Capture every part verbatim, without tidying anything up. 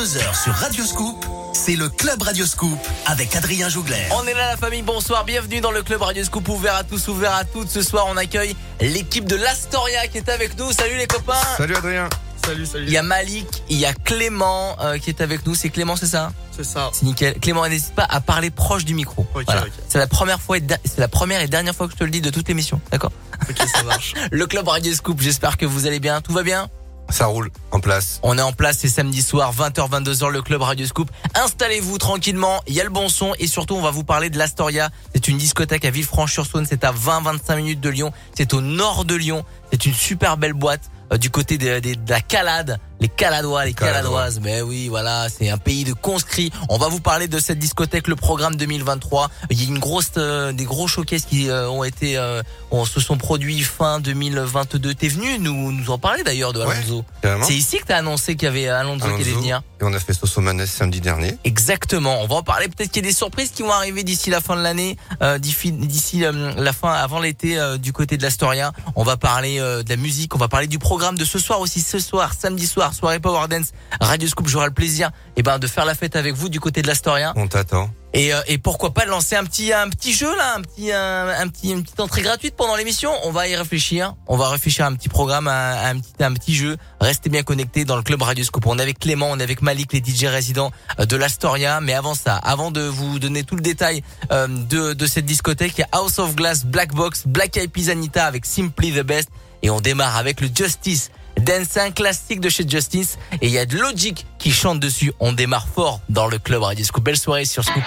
vingt-deux heures sur Radio Scoop, c'est le Club Radio Scoop avec Adrien Jougler. On est là la famille, bonsoir, bienvenue dans le Club Radio Scoop, ouvert à tous, ouvert à toutes. Ce soir on accueille l'équipe de l'Astoria qui est avec nous. Salut les copains. Salut Adrien. Salut, salut. Il y a Malik, il y a Clément euh, qui est avec nous. C'est Clément, c'est ça? C'est ça. C'est nickel. Clément, n'hésite pas à parler proche du micro. Ok, voilà. ok. C'est la première fois, et da- c'est la première et dernière fois que je te le dis de toute l'émission, d'accord? Ok, ça marche. Le Club Radio Scoop, j'espère que vous allez bien. Tout va bien? Ça roule, en place. On est en place, c'est samedi soir, vingt heures vingt-deux heures, le Club Radio Scoop. Installez-vous tranquillement, il y a le bon son et surtout on va vous parler de l'Astoria. C'est une discothèque à Villefranche-sur-Saône, c'est à vingt à vingt-cinq minutes de Lyon, c'est au nord de Lyon. C'est une super belle boîte euh, du côté de, de, de la Calade. Les Caladois, les Caladoises, mais oui, voilà, c'est un pays de conscrits. On va vous parler de cette discothèque, le programme deux mille vingt-trois. Il y a une grosse, euh, des gros showcases qui euh, ont été, euh, on, se sont produits fin deux mille vingt-deux. T'es venu nous nous en parler d'ailleurs de Alonso. Ouais, c'est ici que t'as annoncé qu'il y avait Alonso, Alonso qui allait venir. Et on a fait Sosomanes samedi dernier. Exactement. On va en parler. Peut-être qu'il y a des surprises qui vont arriver d'ici la fin de l'année, euh, d'ici, d'ici euh, la fin, avant l'été, euh, du côté de l'Astoria. On va parler euh, de la musique. On va parler du programme de ce soir aussi. Ce soir, samedi soir, soirée Power Dance. Radio Scoop, j'aurai le plaisir, eh ben, de faire la fête avec vous du côté de l'Astoria. On t'attend. Et, euh, et pourquoi pas lancer un petit, un petit jeu là, un petit, un, un petit, une petite entrée gratuite pendant l'émission. On va y réfléchir. On va réfléchir à un petit programme, à, à un petit, un petit jeu. Restez bien connectés dans le Club Radio Scoop. On est avec Clément, on est avec Malik, les D J résidents de l'Astoria. Mais avant ça, avant de vous donner tout le détail euh, de, de cette discothèque, il y a House of Glass, Black Box, Black Eyed Peas, Anita avec Simply the Best. Et on démarre avec le Justice Dance, un classique de chez Justice. Et il y a de Logic qui chante dessus. On démarre fort dans le Club Radio Scoop. Belle soirée sur Scoop.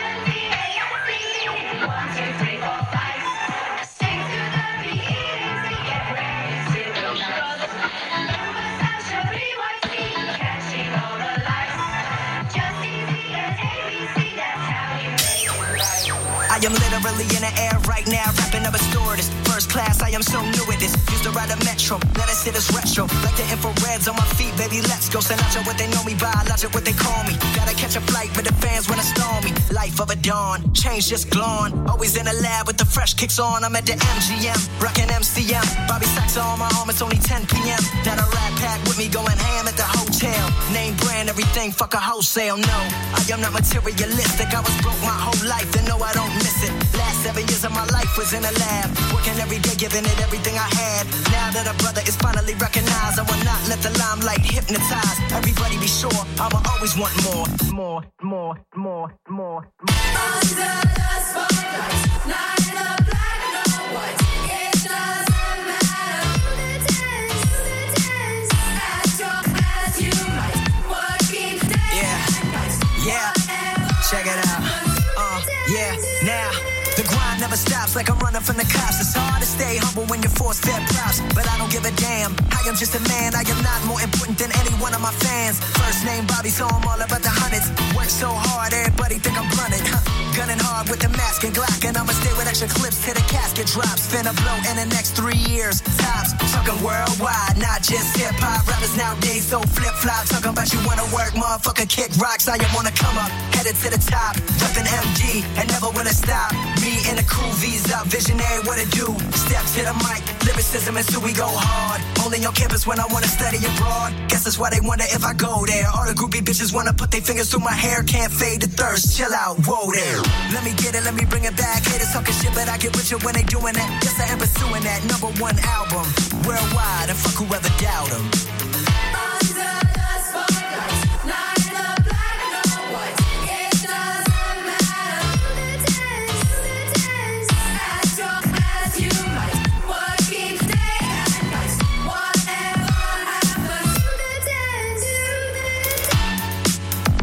I am literally in the air right now, rapping up a stewardess. First class, I am so new at this. Used to ride a metro, let us hit us retro. Like the infrareds on my feet, baby, let's go. Sinatra, what they know me by, logic, what they call me. Gotta catch a flight with the fans when it's stormy. Life of a dawn, change just glowing. Always in the lab with the fresh kicks on. I'm at the M G M, rocking M C M. Bobby Sacks on my arm, it's only ten p.m. Got a rat pack with me going ham at the hotel. Name brand, everything, fuck a wholesale, no. I am not materialistic, I was broke my whole life, and no, I don't miss it. Last seven years of my life was in a lab, working every day, giving it everything I had. Now that a brother is finally recognized, I will not let the limelight hypnotize. Everybody be sure, I'ma always want more, more, more, more, more, more. Under the spotlight, not in a black, no white. It doesn't matter who the dance, who the dance. As long as you might, working day and night. Yeah, check it out. Uh, yeah, now. The grind never stops like I'm running from the cops. It's hard to stay humble when you're forced fed props, but I don't give a damn. I am just a man, I am not more important than any one of my fans. First name Bobby, so I'm all about the hundreds. Work so hard, everybody think I'm blunted. Huh. Gunning hard with the mask and Glock, and I'ma stay with extra clips till the casket drops. Finna blow in the next three years, tops. Talking worldwide, not just hip-hop. Rappers nowadays so flip-flop. Talking about you wanna work, motherfucker, kick rocks. I am wanna come up, headed to the top. Reppin' M D, and never wanna stop. Me in the crew, visa, visionary, what it do? Step to the mic, lyricism is who we go hard. Only on campus when I wanna study abroad. Guess that's why they wonder if I go there. All the groupie bitches wanna put their fingers through my hair. Can't fade the thirst, chill out, whoa there. Let me get it, let me bring it back. Haters talking shit, but I get richer when they doing that. Yes, I am pursuing that number one album worldwide, and fuck whoever doubt them. Under the spotlight, not in a black, no white. It doesn't matter who the dance, who the dance. As long as you might, working day and night. Whatever happens, do the dance, do the dance.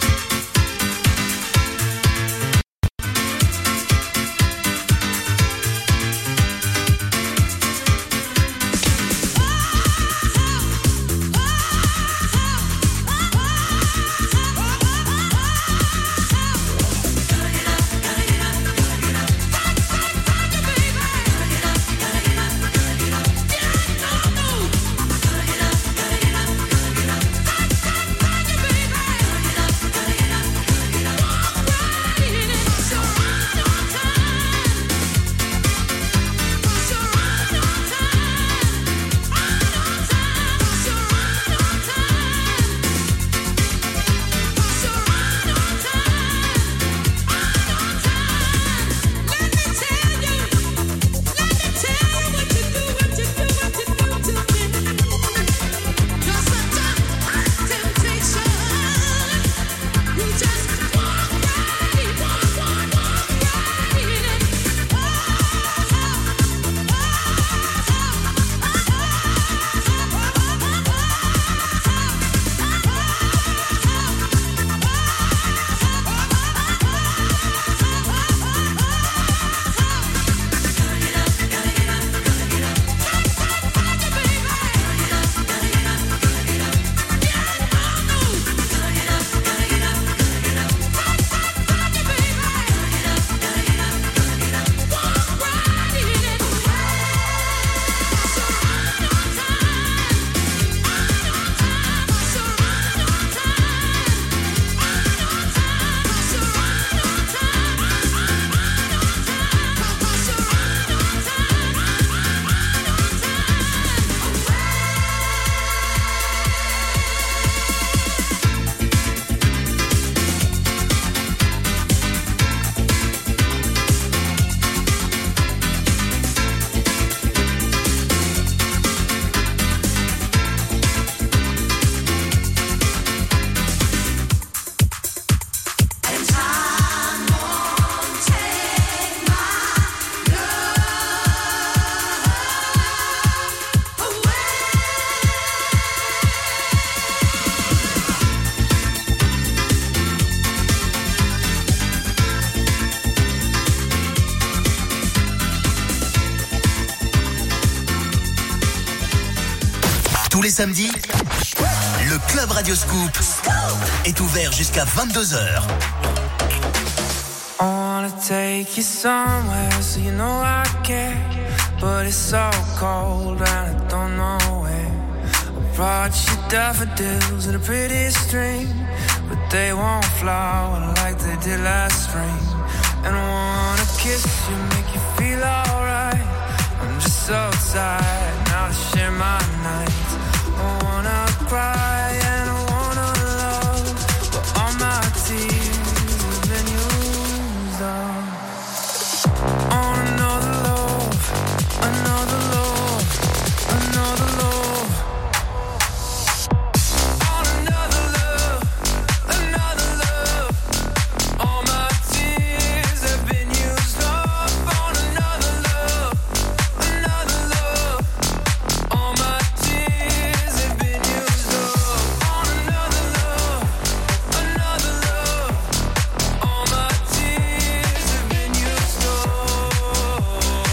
Tous les samedis, le Club Radio Scoop est ouvert jusqu'à vingt-deux heures. I wanna take you somewhere so you know I care. But it's so cold and I don't know where. I brought you daffodils and a pretty string, but they won't flower like they did last spring. And I wanna kiss you, make you feel alright. I'm just so tired now to share my nights. I wanna cry and I wanna love, but all my tears have been used up. On another love, another love, another love. On another love, another love. All my tears have been used up. On another love, another love. All my tears have been used up. On another love, another love. All my tears have been used up.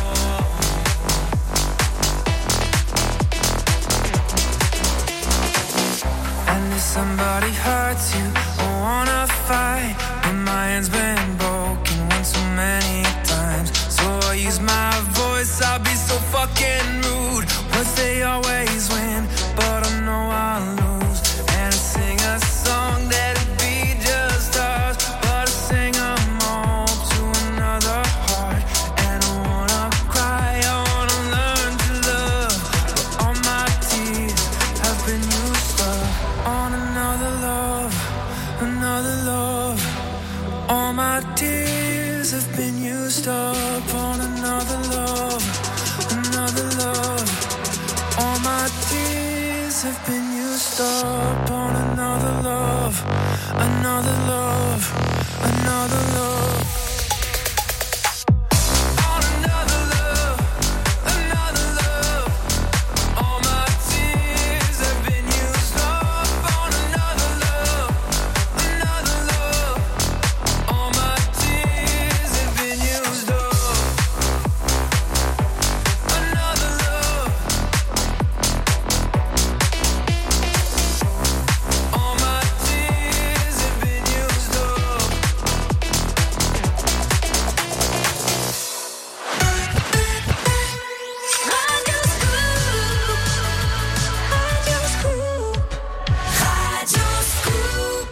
And if somebody hurts you, I wanna fight. But my hand's been broken one too many times. So I use my voice, I'll be so fucking rude. Words they always win, but I know I'll lose. And I sing a song that'd be just ours, but I sing them all to another heart. And I wanna cry, I wanna learn to love, but all my tears have been used up. On another love, another love. All my tears have been used up. On another love, another love. All my tears have been used up. On another love, another love, another love. On another love, another love. All my tears have been used up. On another love, another love. All my tears have been used up. Another love. All my tears have been used up. Radio Scoop, Radio Scoop, Radio Scoop.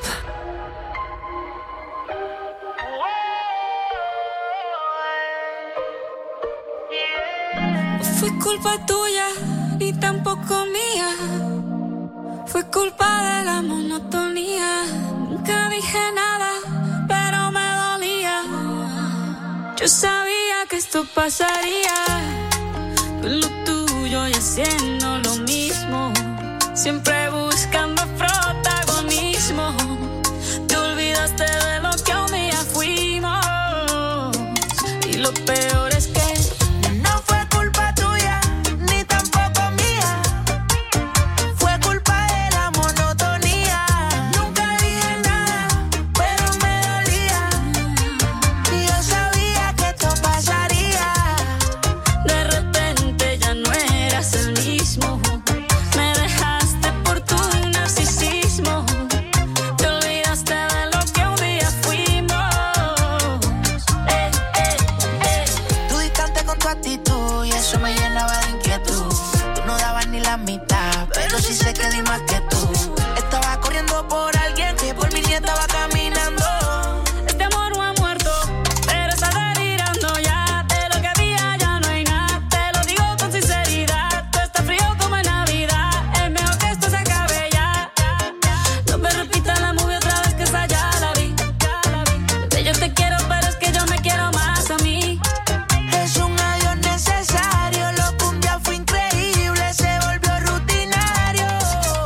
No fue culpa tuya, ni tampoco mía. Fue culpa de la monotonía. Nunca dije nada, pero me dolía. Yo sabía que esto pasaría. Tú en lo tuyo y haciendo lo mismo. Siempre buscando protagonismo. Te olvidaste de lo que un día fuimos. Y lo peor es que No fue culpa tuya, ni tampoco mía. Fue culpa de la monotonía. Nunca dije nada, pero me dolía. Y yo sabía que esto pasaría. de repente ya no eras el mismo. Me dejaste por tu narcisismo. Te olvidaste de lo que un día fuimos. Eh, eh, eh. Tú distante con tu actitud y eso me llenaba de inquietud. Tú no dabas ni la mitad, pero sí sé que di más que tú. Estaba corriendo por alguien que por mí ni estaba caminando. Este amor no ha muerto, pero está delirando ya. De lo que había ya no hay nada. Te lo digo con sinceridad. Tú estás frío como en Navidad. Es mejor que esto se acabe ya. No me repita la movie otra vez, que esa ya la vi. Bebé, yo te quiero, pero es que yo me quiero más a mí. Es un adiós necesario, lo que un día fue increíble se volvió rutinario.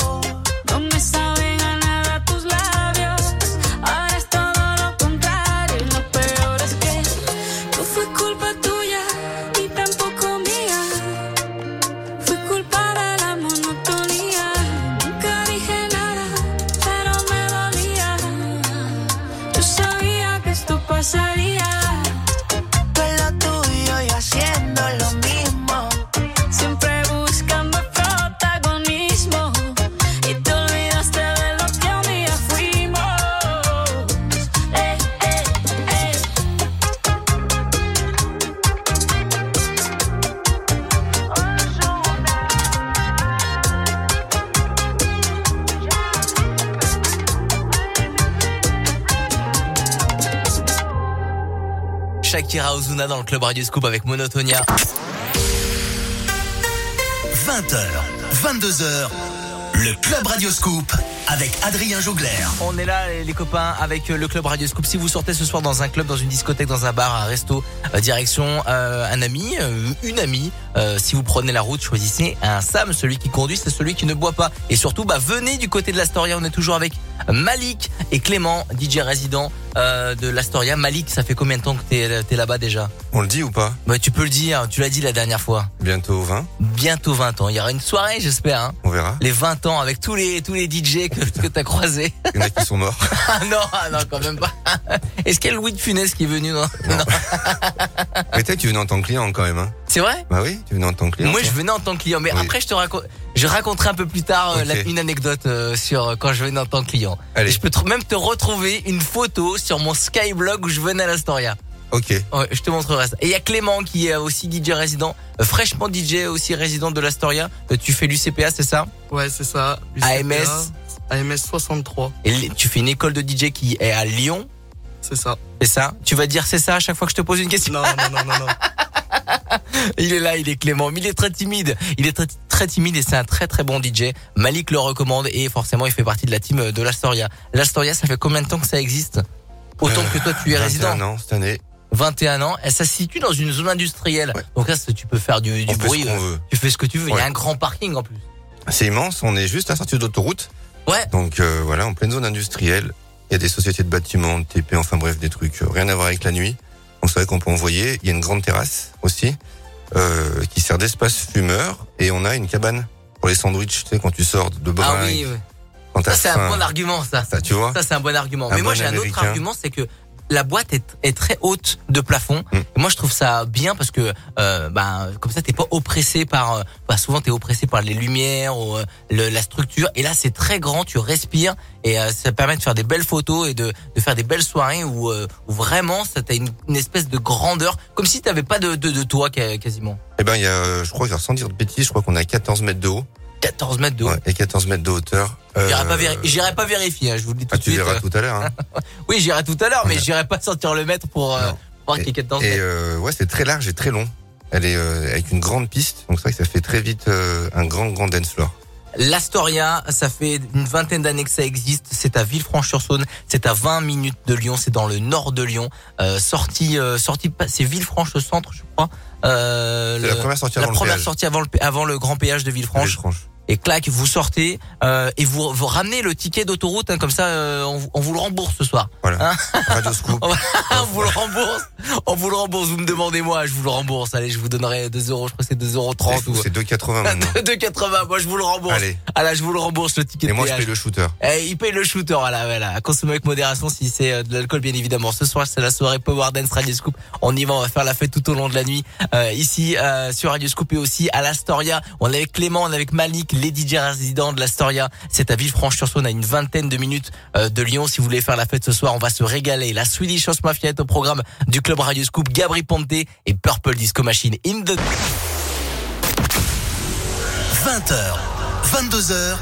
Shakira Ozuna dans le Club Radio Scoop avec Monotonia. vingt heures, vingt-deux heures, le Club Radio Scoop avec Adrien Jougler. On est là les copains avec le Club Radio Scoop. Si vous sortez ce soir dans un club, dans une discothèque, dans un bar, un resto, euh, direction euh, un ami, euh, une amie, euh, si vous prenez la route, choisissez un Sam. Celui qui conduit, c'est celui qui ne boit pas. Et surtout, bah, venez du côté de l'Astoria. On est toujours avec Malik et Clément, D J résident euh, de l'Astoria. Malik, ça fait combien de temps que t'es, t'es là-bas déjà? On le dit ou pas? Bah, tu peux le dire, tu l'as dit la dernière fois. Bientôt vingt. Bientôt vingt ans. Il y aura une soirée, j'espère. Hein. On verra. Les vingt ans avec tous les tous les D J que, que t'as croisés. Il y en a qui sont morts. Ah non, ah non, quand même pas. Est-ce qu'il y a Louis de Funès qui est venu? Non. Non. Non. Mais toi, tu venais en tant que client quand même. Hein. C'est vrai? Bah oui, tu venais en tant que client. Moi, toi. je venais en tant que client, mais Oui. après, je te raconte, je raconterai un peu plus tard euh, Ok. la- une anecdote euh, sur euh, quand je venais en tant que client. Allez. Et je peux te- même te retrouver une photo sur mon Skyblog où je venais à l'Astoria. Ok. Ouais, je te montrerai ça. Et il y a Clément qui est aussi D J résident, euh, fraîchement D J aussi résident de l'Astoria. Euh, tu fais l'U C P A, c'est ça? Ouais, c'est ça. A M S. A M S soixante-trois, Et l- tu fais une école de D J qui est à Lyon, c'est ça. c'est ça? Tu vas dire c'est ça à chaque fois que je te pose une question? Non, non, non, non, non. Il est là, il est Clément, mais il est très timide. Il est très, très timide et c'est un très très bon D J. Malik le recommande et forcément il fait partie de la team de l'Astoria. L'Astoria, ça fait combien de temps que ça existe? Autant Euh, que toi tu es résident. vingt et un ans cette année. vingt et un ans. Et ça se situe dans une zone industrielle. Ouais. Donc là, c'est- tu peux faire du, du On fait bruit. ce qu'on euh, veut. Tu fais ce que tu veux. Il y Ouais. a un grand parking en plus. C'est immense. On est juste à la sortie d'autoroute. Ouais. Donc euh, voilà, en pleine zone industrielle. Il y a des sociétés de bâtiments, de T P, enfin bref, des trucs euh, rien à voir avec la nuit. Donc c'est vrai qu'on peut envoyer. Il y a une grande terrasse aussi euh, qui sert d'espace fumeur et on a une cabane pour les sandwichs. Tu sais quand tu sors de bringue, Ah oui, ouais. quand t'as Ça, c'est un faim. bon argument, ça. Ça, tu vois. Ça, c'est un bon argument. Un Mais moi, bon j'ai un autre américain. argument, c'est que la boîte est, est très haute de plafond. Mm. Et moi, je trouve ça bien parce que, euh, ben, comme ça, t'es pas oppressé par, euh, bah, souvent t'es oppressé par les lumières ou euh, le, la structure. Et là, c'est très grand, tu respires et euh, ça permet de faire des belles photos et de, de faire des belles soirées où, euh, où vraiment, ça t'as une, une espèce de grandeur, comme si t'avais pas de, de, de toit ca- quasiment. Eh ben il y a, euh, je crois, sans dire de bêtises, je crois qu'on a quatorze mètres de haut. quatorze mètres de haut. Ouais, et quatorze mètres de hauteur. Euh, J'irai pas, véri- j'irai pas vérifier, hein, je vous le dis tout Ah, de tu suite. verras euh. tout à l'heure. Hein. Oui, j'irai tout à l'heure, mais Ouais. j'irai pas sortir le mètre pour, euh, Non. voir qu'il y a quatorze Et mètres. euh, ouais, c'est très large et très long. Elle est euh, avec une grande piste, donc c'est vrai que ça fait très vite euh, un grand grand dance floor. L'Astoria, ça fait une vingtaine d'années que ça existe. C'est à Villefranche-sur-Saône. C'est à vingt minutes de Lyon. C'est dans le nord de Lyon. Euh, sortie, euh, sortie, c'est Villefranche-Centre, je crois. Euh, C'est le- la première sortie la avant le première péage. sortie avant le, p- avant le grand péage de Villefranche. Franche. Et clac, vous sortez euh, et vous, vous ramenez le ticket d'autoroute. Hein, comme ça, euh, on, on vous le rembourse ce soir. Voilà. Hein Radio Scoop. on vous le rembourse. On vous le rembourse. Vous me demandez moi, je vous le rembourse. Allez, je vous donnerai deux euros. Je crois que c'est deux euros trente ou C'est deux quatre-vingts maintenant. deux quatre-vingts. Moi, je vous le rembourse. Allez. Ah là, je vous le rembourse le ticket Et de moi je péage. paye le shooter. Eh, il paye le shooter, voilà, voilà. À consommer avec modération si c'est euh, de l'alcool, bien évidemment. Ce soir, c'est la soirée Power Dance Radio Scoop. On y va, on va faire la fête tout au long de la nuit. Euh, ici, euh, sur Radio Scoop et aussi à l'Astoria. On est avec Clément, on est avec Malik, les D J résidents de l'Astoria. C'est à Villefranche-sur-Saône, à une vingtaine de minutes euh, de Lyon. Si vous voulez faire la fête ce soir, on va se régaler. La Swedish House Mafia est au programme du Club Radio Scoop. Gabri Ponte et Purple Disco Machine in the... vingt heures, vingt-deux heures.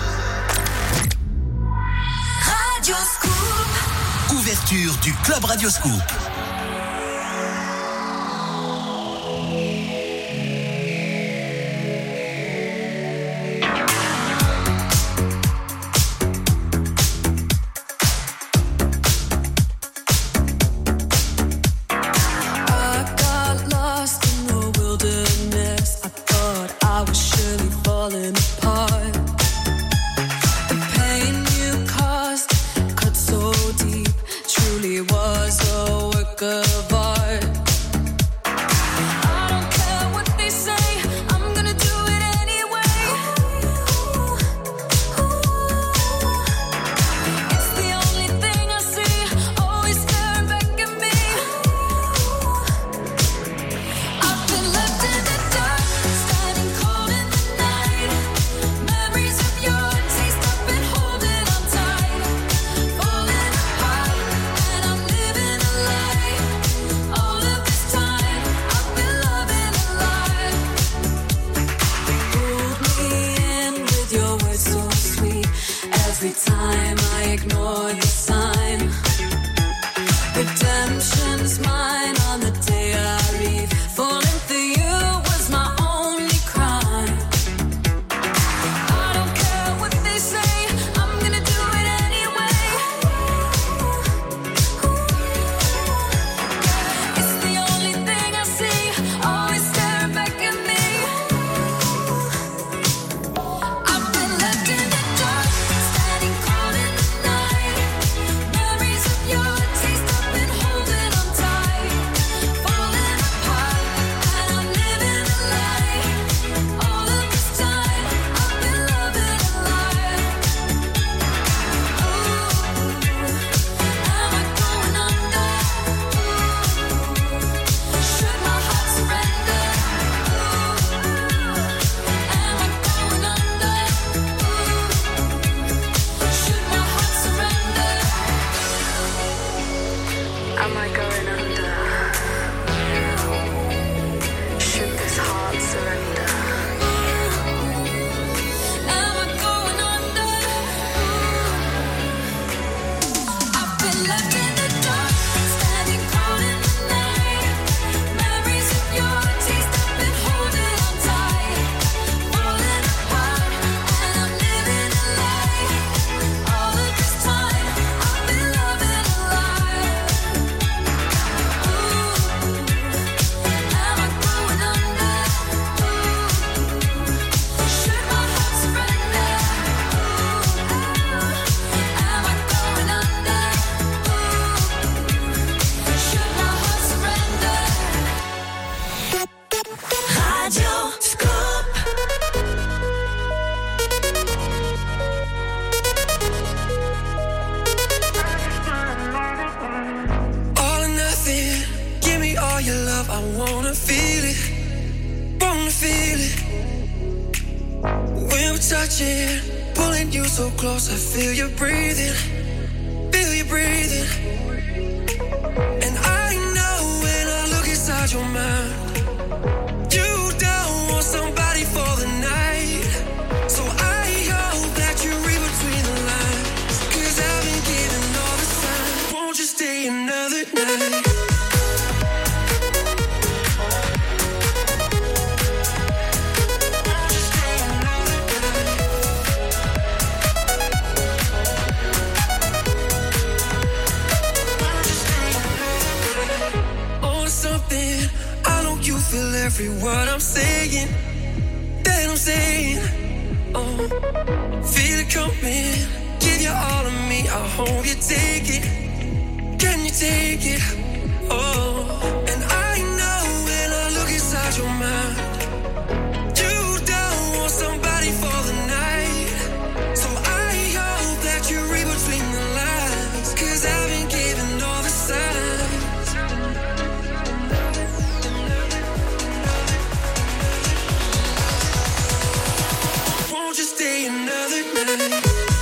Radio Scoop. Ouverture du Club Radio Scoop. I got lost in the wilderness. I thought I was surely falling apart. The pain you caused cut so deep, truly was a work love, I wanna feel it, wanna feel it. When we're touching, pulling you so close, I feel you breathing, feel you breathing. And I know when I look inside your mind, you don't want somebody for the night. So I hope that you read between the lines, 'cause I've been giving all the signs. Won't you stay another night? Feel every word I'm saying, that I'm saying. Oh, feel it coming. Give you all of me. I hope you take it. Can you take it? Oh, and I know when I look inside your mind, you don't want somebody for the night. So I hope that you read between the lines, 'cause I've been giving all the signs. Just stay another night.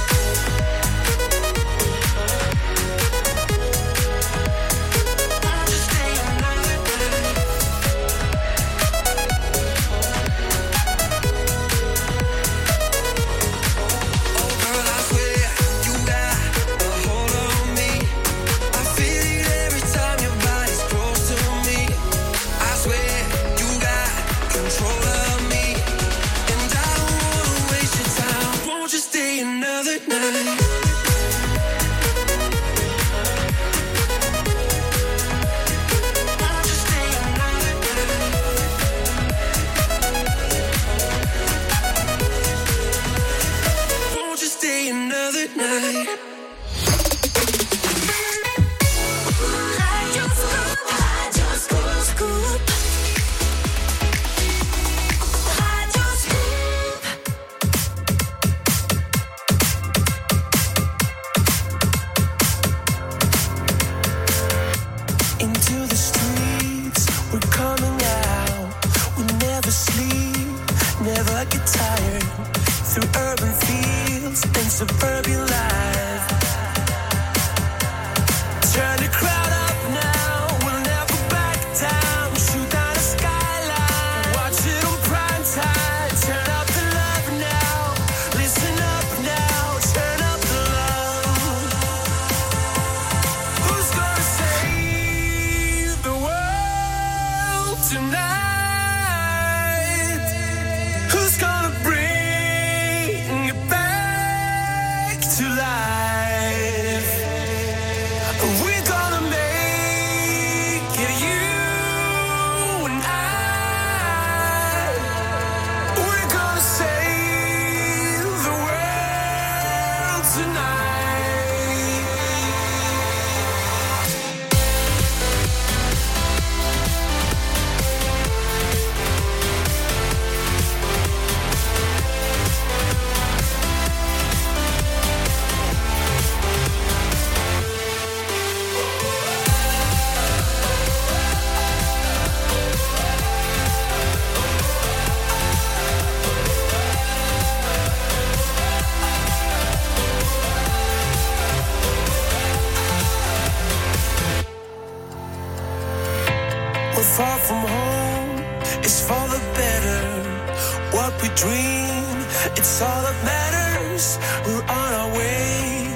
Far from home, it's for the better. What we dream, it's all that matters. We're on our way,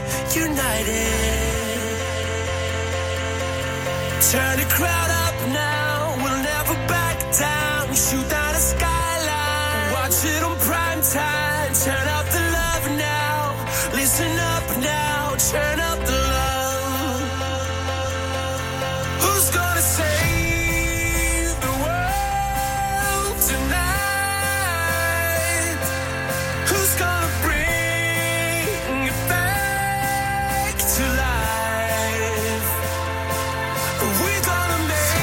united. Turn the crowd up now, we'll never back down. Shoot down the skyline, watch it on prime time. Turn up the love now, listen up now. Turn up the love. Who's gonna say we're gonna make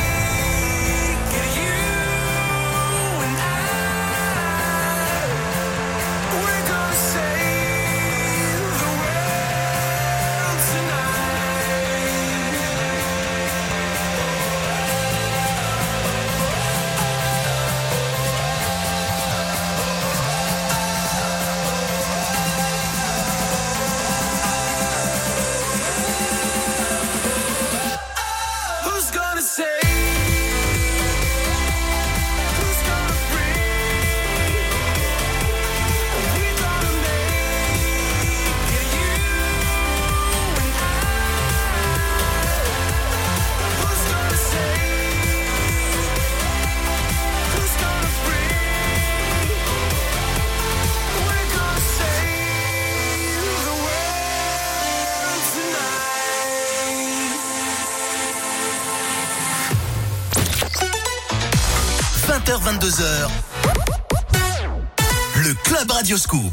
vingt heures vingt-deux heures, le Club Radio Scoop.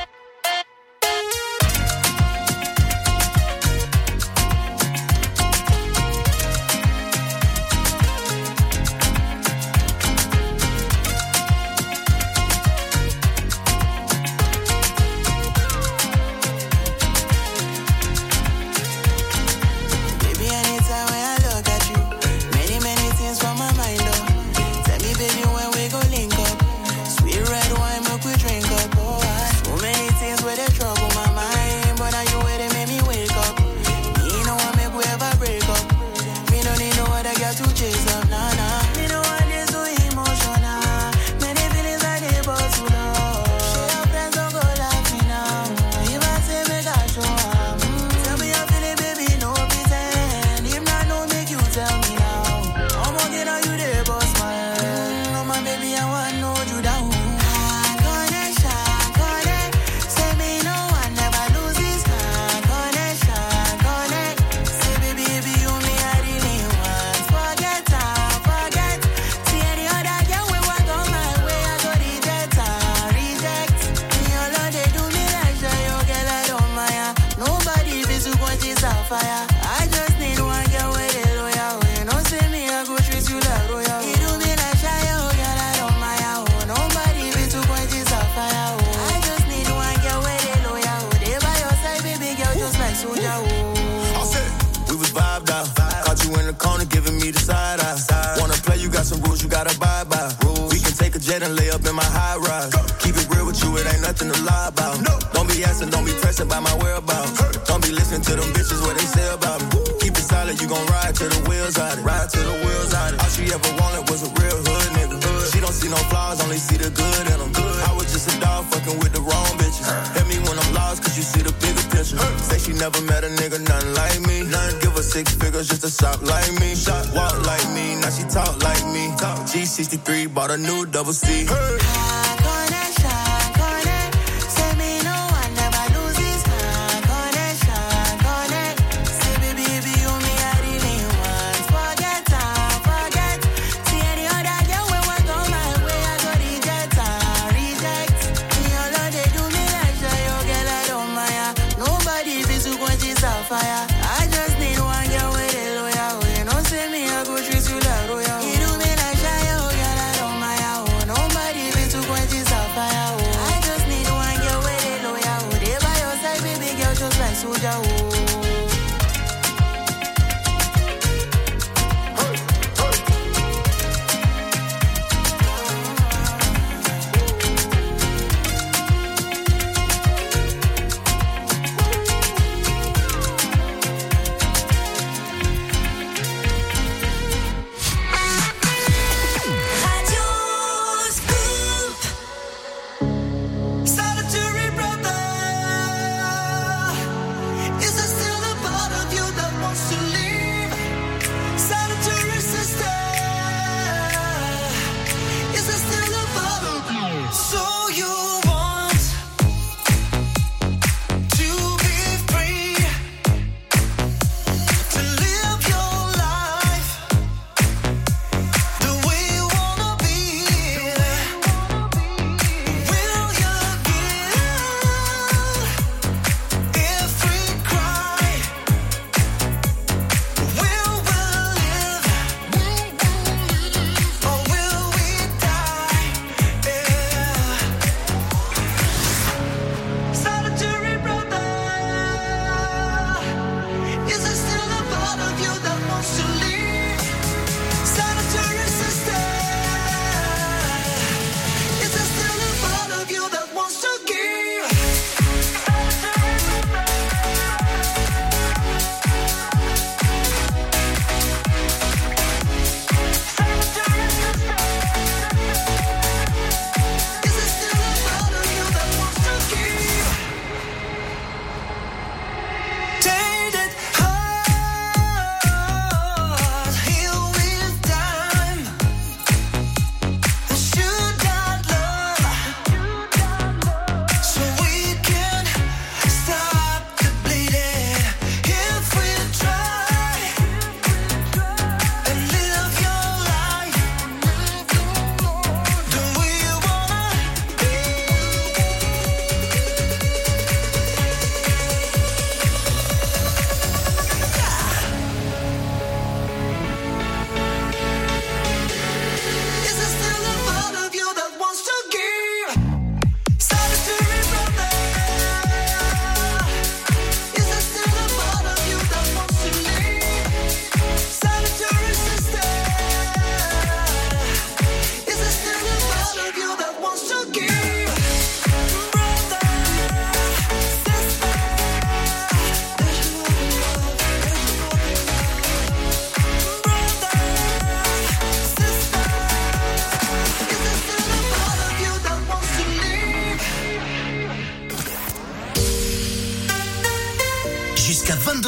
And lay up in my high rise. Keep it real with you, it ain't nothing to lie about. No. Don't be asking, don't be pressing by my whereabouts. Hey. Don't be listening to them bitches what they say about me. Woo. Keep it solid, you gon' ride till the wheels out it. Ride till the wheels out it. All she ever wanted was a real hood nigga. Hood. She don't see no flaws, only see the good in them. Good. I was just a dog fucking with the wrong bitches. Hey. Hit me when I'm lost, cause you see the bigger picture. Hey. Say she never met a nigga, nothing like me. None give her six figures just to shop like me. Shot, walk like me, now she talk like me. Talk. G sixty-three, bought a new double C. Hey.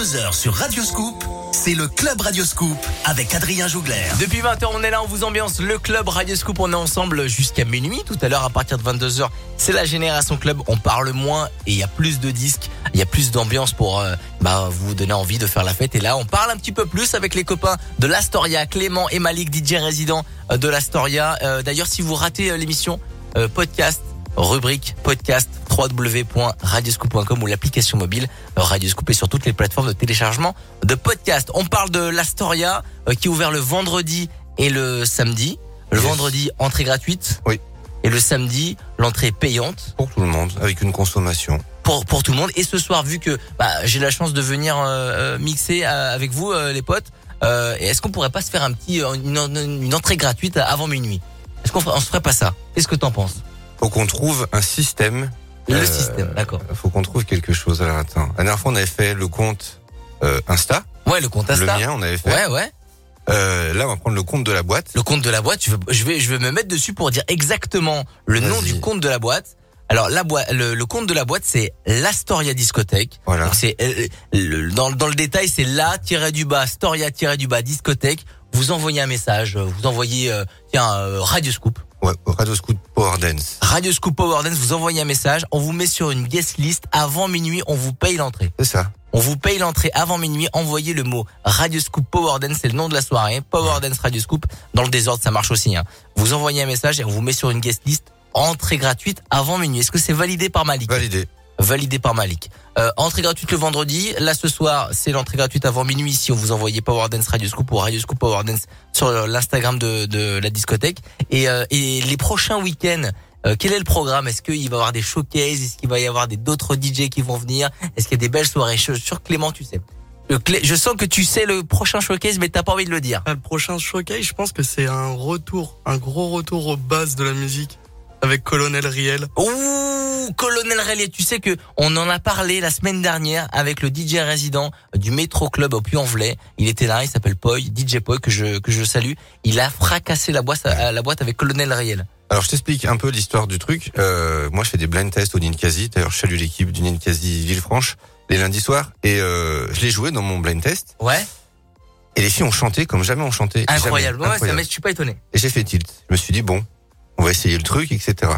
vingt-deux heures sur Radio Scoop, c'est le Club Radio Scoop avec Adrien Jougler. Depuis vingt heures, on est là, on vous ambiance le Club Radio Scoop. On est ensemble jusqu'à minuit. Tout à l'heure, à partir de vingt-deux heures, c'est la Génération Club. On parle moins et il y a plus de disques. Il y a plus d'ambiance pour euh, bah, vous donner envie de faire la fête. Et là, on parle un petit peu plus avec les copains de l'Astoria, Clément et Malik, D J résident euh, de l'Astoria. Euh, d'ailleurs, si vous ratez euh, l'émission euh, podcast, rubrique podcast, w w w point radioscoop point com ou l'application mobile euh, Radioscoop est sur toutes les plateformes de téléchargement de podcast. On parle de l'Astoria euh, qui est ouvert le vendredi et le samedi. Le Yes. vendredi, entrée gratuite. Oui. Et le samedi, l'entrée payante. Pour tout le monde, avec une consommation. Pour pour tout le monde. Et ce soir, vu que bah, j'ai la chance de venir euh, euh, mixer euh, avec vous, euh, les potes, euh, est-ce qu'on pourrait pas se faire un petit euh, une, une entrée gratuite avant minuit? Est-ce qu'on ferait, on se ferait pas ça? Qu'est-ce que t'en penses? Faut qu'on trouve un système. Le Euh, système, d'accord. Faut qu'on trouve quelque chose. Alors attends. La dernière fois, on avait fait le compte euh, Insta. Ouais, le compte Insta. Le mien, on avait fait. Ouais, ouais. Euh, là, on va prendre le compte de la boîte. Le compte de la boîte, je vais, je vais, je vais me mettre dessus pour dire exactement le nom Vas-y. du compte de la boîte. Alors, la boîte, le, le compte de la boîte, c'est l'Astoria Discothèque. Voilà. Donc, c'est, euh, le- dans, dans le détail, c'est la-du-bas, Storia-du-bas, discothèque. Vous envoyez un message, vous envoyez, euh, tiens, euh, Radio Scoop. Ouais, Radio Scoop Power Dance. Radio Scoop Power Dance, vous envoyez un message, on vous met sur une guest list avant minuit, on vous paye l'entrée. C'est ça. On vous paye l'entrée avant minuit, envoyez le mot Radio Scoop Power Dance, c'est le nom de la soirée. Power Dance Radio Scoop, dans le désordre, ça marche aussi, hein. Vous envoyez un message et on vous met sur une guest list, entrée gratuite avant minuit. Est-ce que c'est validé par Malik? Validé. Validé par Malik. Euh, entrée gratuite le vendredi. Là, ce soir, c'est l'entrée gratuite avant minuit si on vous envoyez Power Dance Radio Scoop ou Radio Scoop Power Dance sur l'Instagram de, de la discothèque. Et, euh, et les prochains week-ends, euh, quel est le programme? Est-ce qu'il va y avoir des showcases? Est-ce qu'il va y avoir des d'autres D J qui vont venir? Est-ce qu'il y a des belles soirées? Je suis sûr, Clément, tu sais. Le Clé- je sens que tu sais le prochain showcase, mais t'as pas envie de le dire. Ah, le prochain showcase, je pense que c'est un retour, un gros retour aux bases de la musique avec Colonel Riel. Ouh, Colonel Relais, tu sais que on en a parlé la semaine dernière avec le D J résident du Métro Club au Puy-en-Velay. Il était là, il s'appelle Poy, D J Poy que je que je salue. Il a fracassé la boîte la boîte avec Colonel Riel. Alors, je t'explique un peu l'histoire du truc. Euh, moi, je fais des blind tests au Ninkasi. D'ailleurs, je salue l'équipe du Ninkasi Villefranche les lundis soirs. Et euh, je l'ai joué dans mon blind test. Ouais, Et les filles ont chanté comme jamais on chantait. incroyable. Jamais. Ouais, Incroyable. ça mais je suis pas étonné. Et j'ai fait tilt. Je me suis dit, bon, on va essayer le truc, et cetera.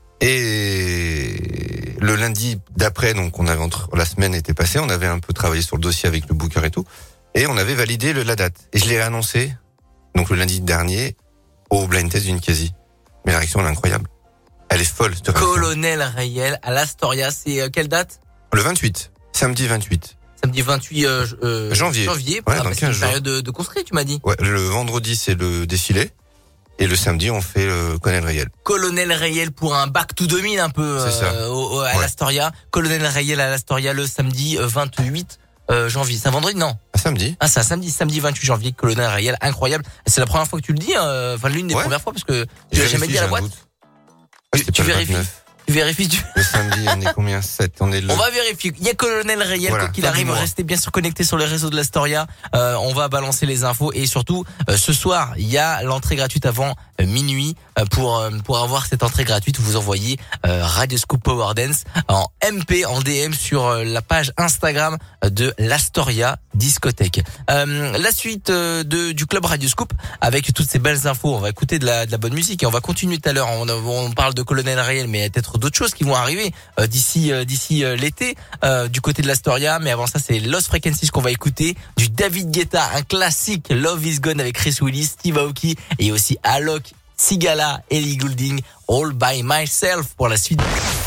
Et le lundi d'après, donc on avait entre la semaine était passée, on avait un peu travaillé sur le dossier avec le booker et tout, et on avait validé le, la date. Et je l'ai annoncé, donc le lundi dernier, au blind test d'une quasi. Mais la réaction elle est incroyable. Elle est folle, cette réaction. Colonel Riel à l'Astoria, c'est euh, quelle date? Le vingt-huit, samedi vingt-huit. Samedi vingt-huit euh, euh, Janvier. Janvier. Ouais, Ah, dans bah, c'est quinze une jours. période de, de conscrit, tu m'as dit. Ouais, le vendredi c'est le défilé, et le samedi on fait le Colonel Riel. Colonel Riel pour un back to deux mille un peu C'est ça. euh, au- au- à Ouais. l'Astoria. Colonel Riel à l'Astoria le samedi euh, vingt-huit euh, janvier. C'est un vendredi? Non. Un samedi. Ah, c'est un samedi, samedi vingt-huit janvier. Colonel Riel, incroyable. C'est la première fois que tu le dis, hein, enfin l'une des Ouais. premières fois parce que tu Je l'as jamais vérifie, dit à la j'ai un boîte. doute. Ouais, c'était Tu pas le vérifies. vingt-neuf. Tu vérifies. Tu... Le samedi, on est combien? sept. On est le... On va vérifier. Il y a Colonel Riel, Voilà, quoi qu'il fin arrive, du mois. restez bien sûr connectés sur les réseaux de l'Astoria. Euh, on va balancer les infos et surtout euh, ce soir, il y a l'entrée gratuite avant euh, minuit euh, pour euh, pour avoir cette entrée gratuite. Vous envoyez euh, Radio Scoop Power Dance en M P, en D M sur euh, la page Instagram de l'Astoria Discothèque. Euh, la suite euh, de du club Radio Scoop avec toutes ces belles infos. On va écouter de la de la bonne musique et on va continuer tout à l'heure. On, on parle de Colonel Riel, mais il y a peut-être d'autres choses qui vont arriver euh, d'ici euh, d'ici euh, l'été euh, du côté de l'Astoria. Mais avant ça, c'est Lost Frequencies qu'on va écouter, du David Guetta, un classique, Love Is Gone avec Chris Willis, Steve Aoki et aussi Alok, Sigala, Ellie Goulding, All By Myself pour la suite.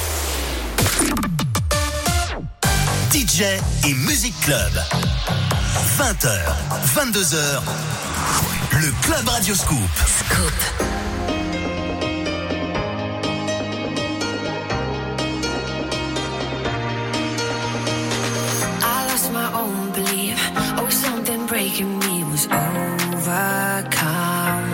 D J et Music Club. vingt heures, vingt-deux heures. Le Club Radio Scoop. I lost my own belief. Oh, something breaking me was overcome.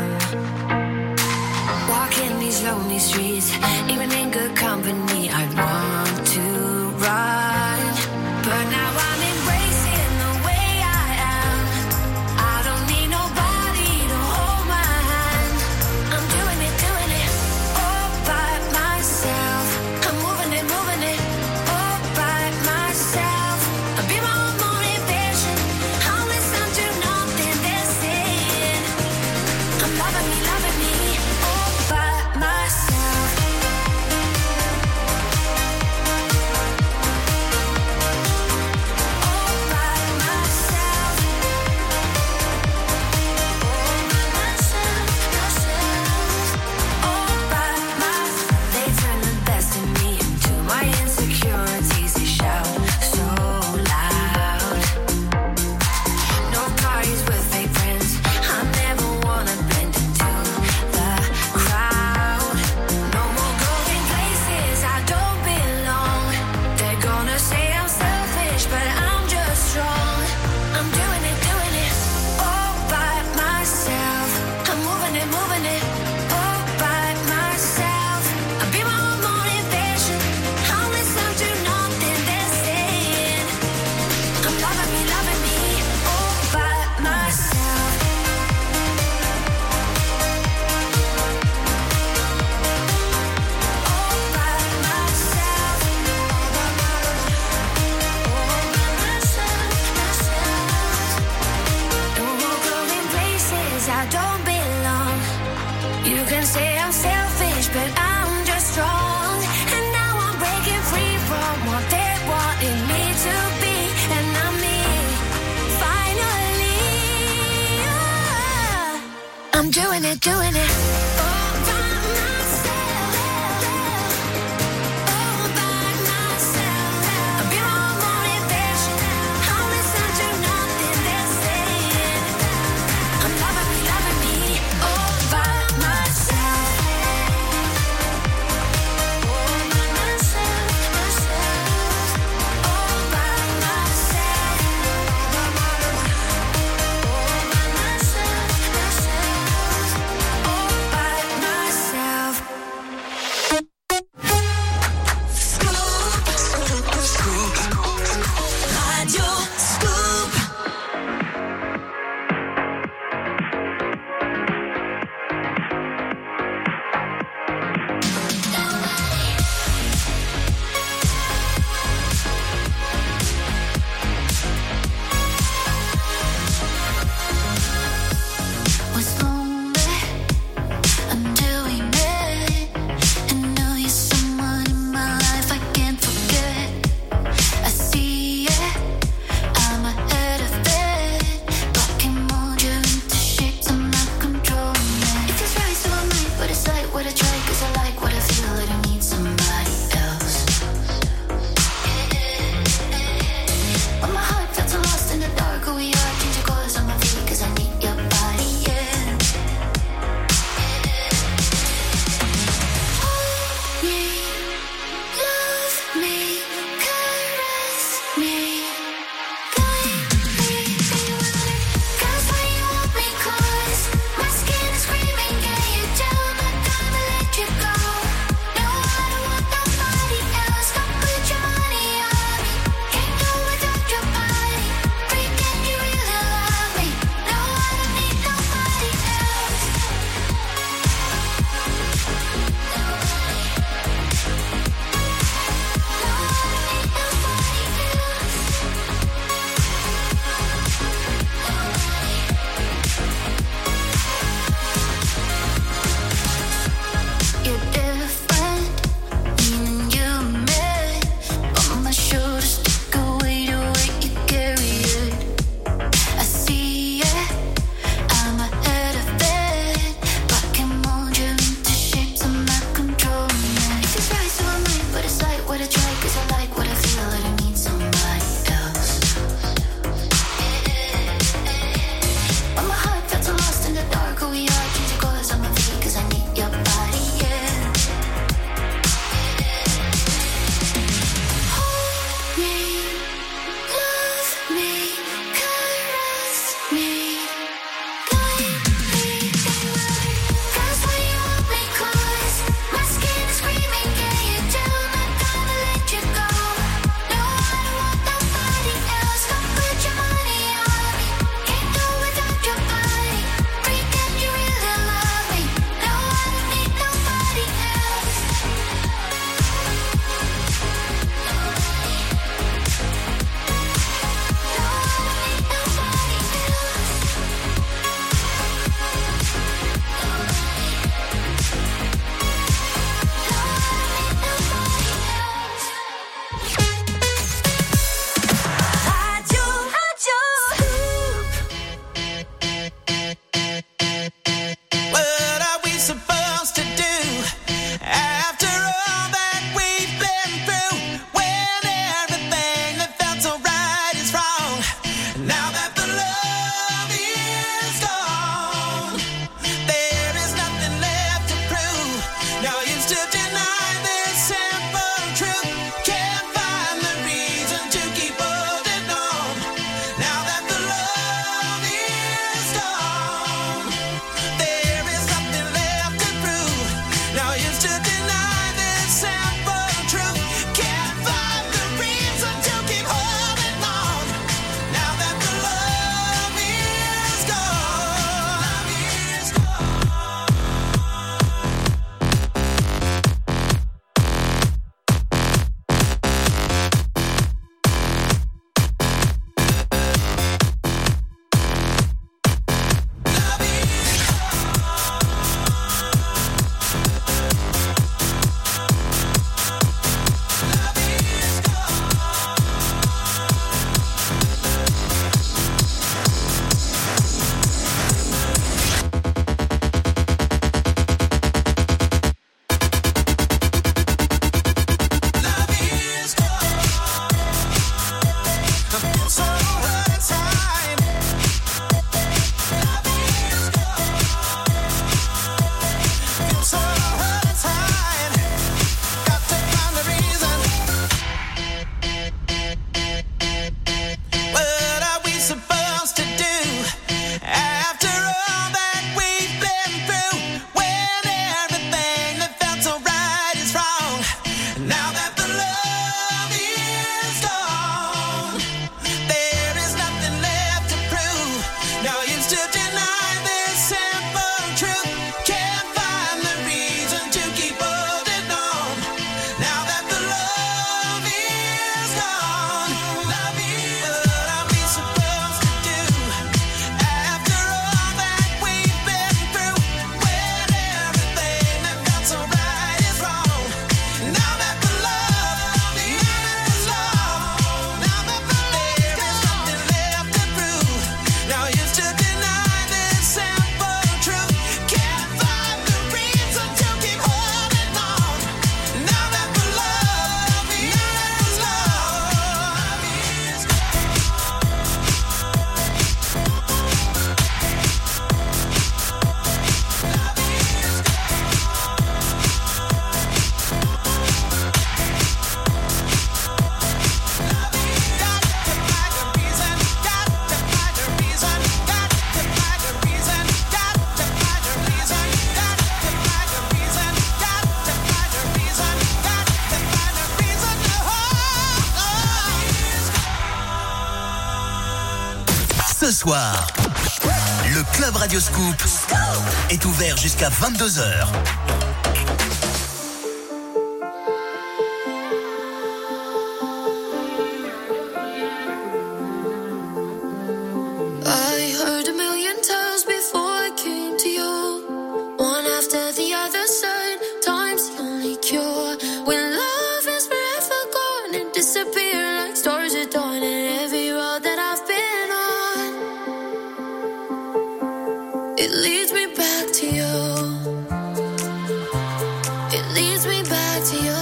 Walking these lonely streets, even in good company, I'd want to run. But now I'm embracing the way I am. I don't need nobody to hold my hand. I'm doing it, doing it all by myself. I'm moving it, moving it all by myself. I'll be my own motivation. doing it all by myself. I'll be my own motivation. I'll listen to nothing they're saying. I'm loving me, loving me all by myself. All by myself. All by myself, myself. No more going places I don't belong. You can say I'm selfish, but I'm just strong. And now I'm breaking free from what they wanted me to be. And I'm me, finally. Ah, I'm doing it, doing it. All by myself. All by myself. I'll be my own motivation. I'll listen to nothing they're saying. I'm loving me, loving me all by myself. All by myself, myself. All by myself. All by myself, myself. All by Ce soir, le Club Radio Scoop est ouvert jusqu'à vingt-deux heures. I heard a million times before I came to you. One after the other said, time's the only cure. When love is forever gone and disappear like stars at dawn. And every road that I've been on, it leads me back to you. It leads me back to you.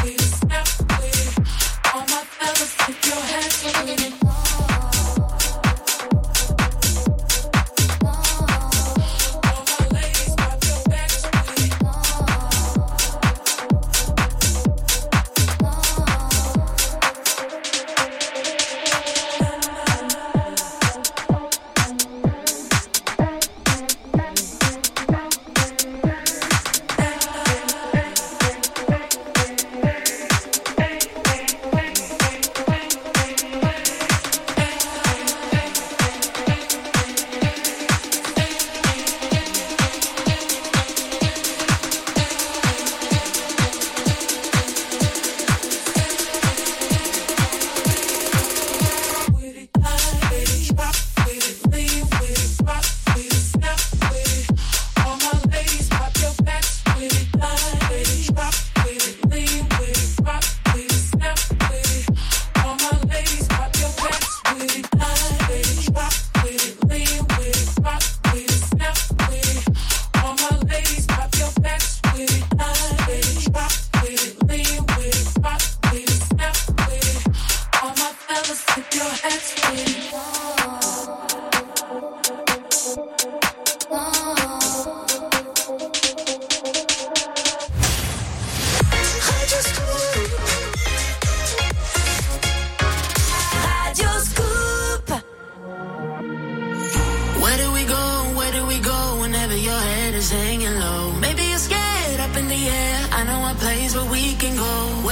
Your hands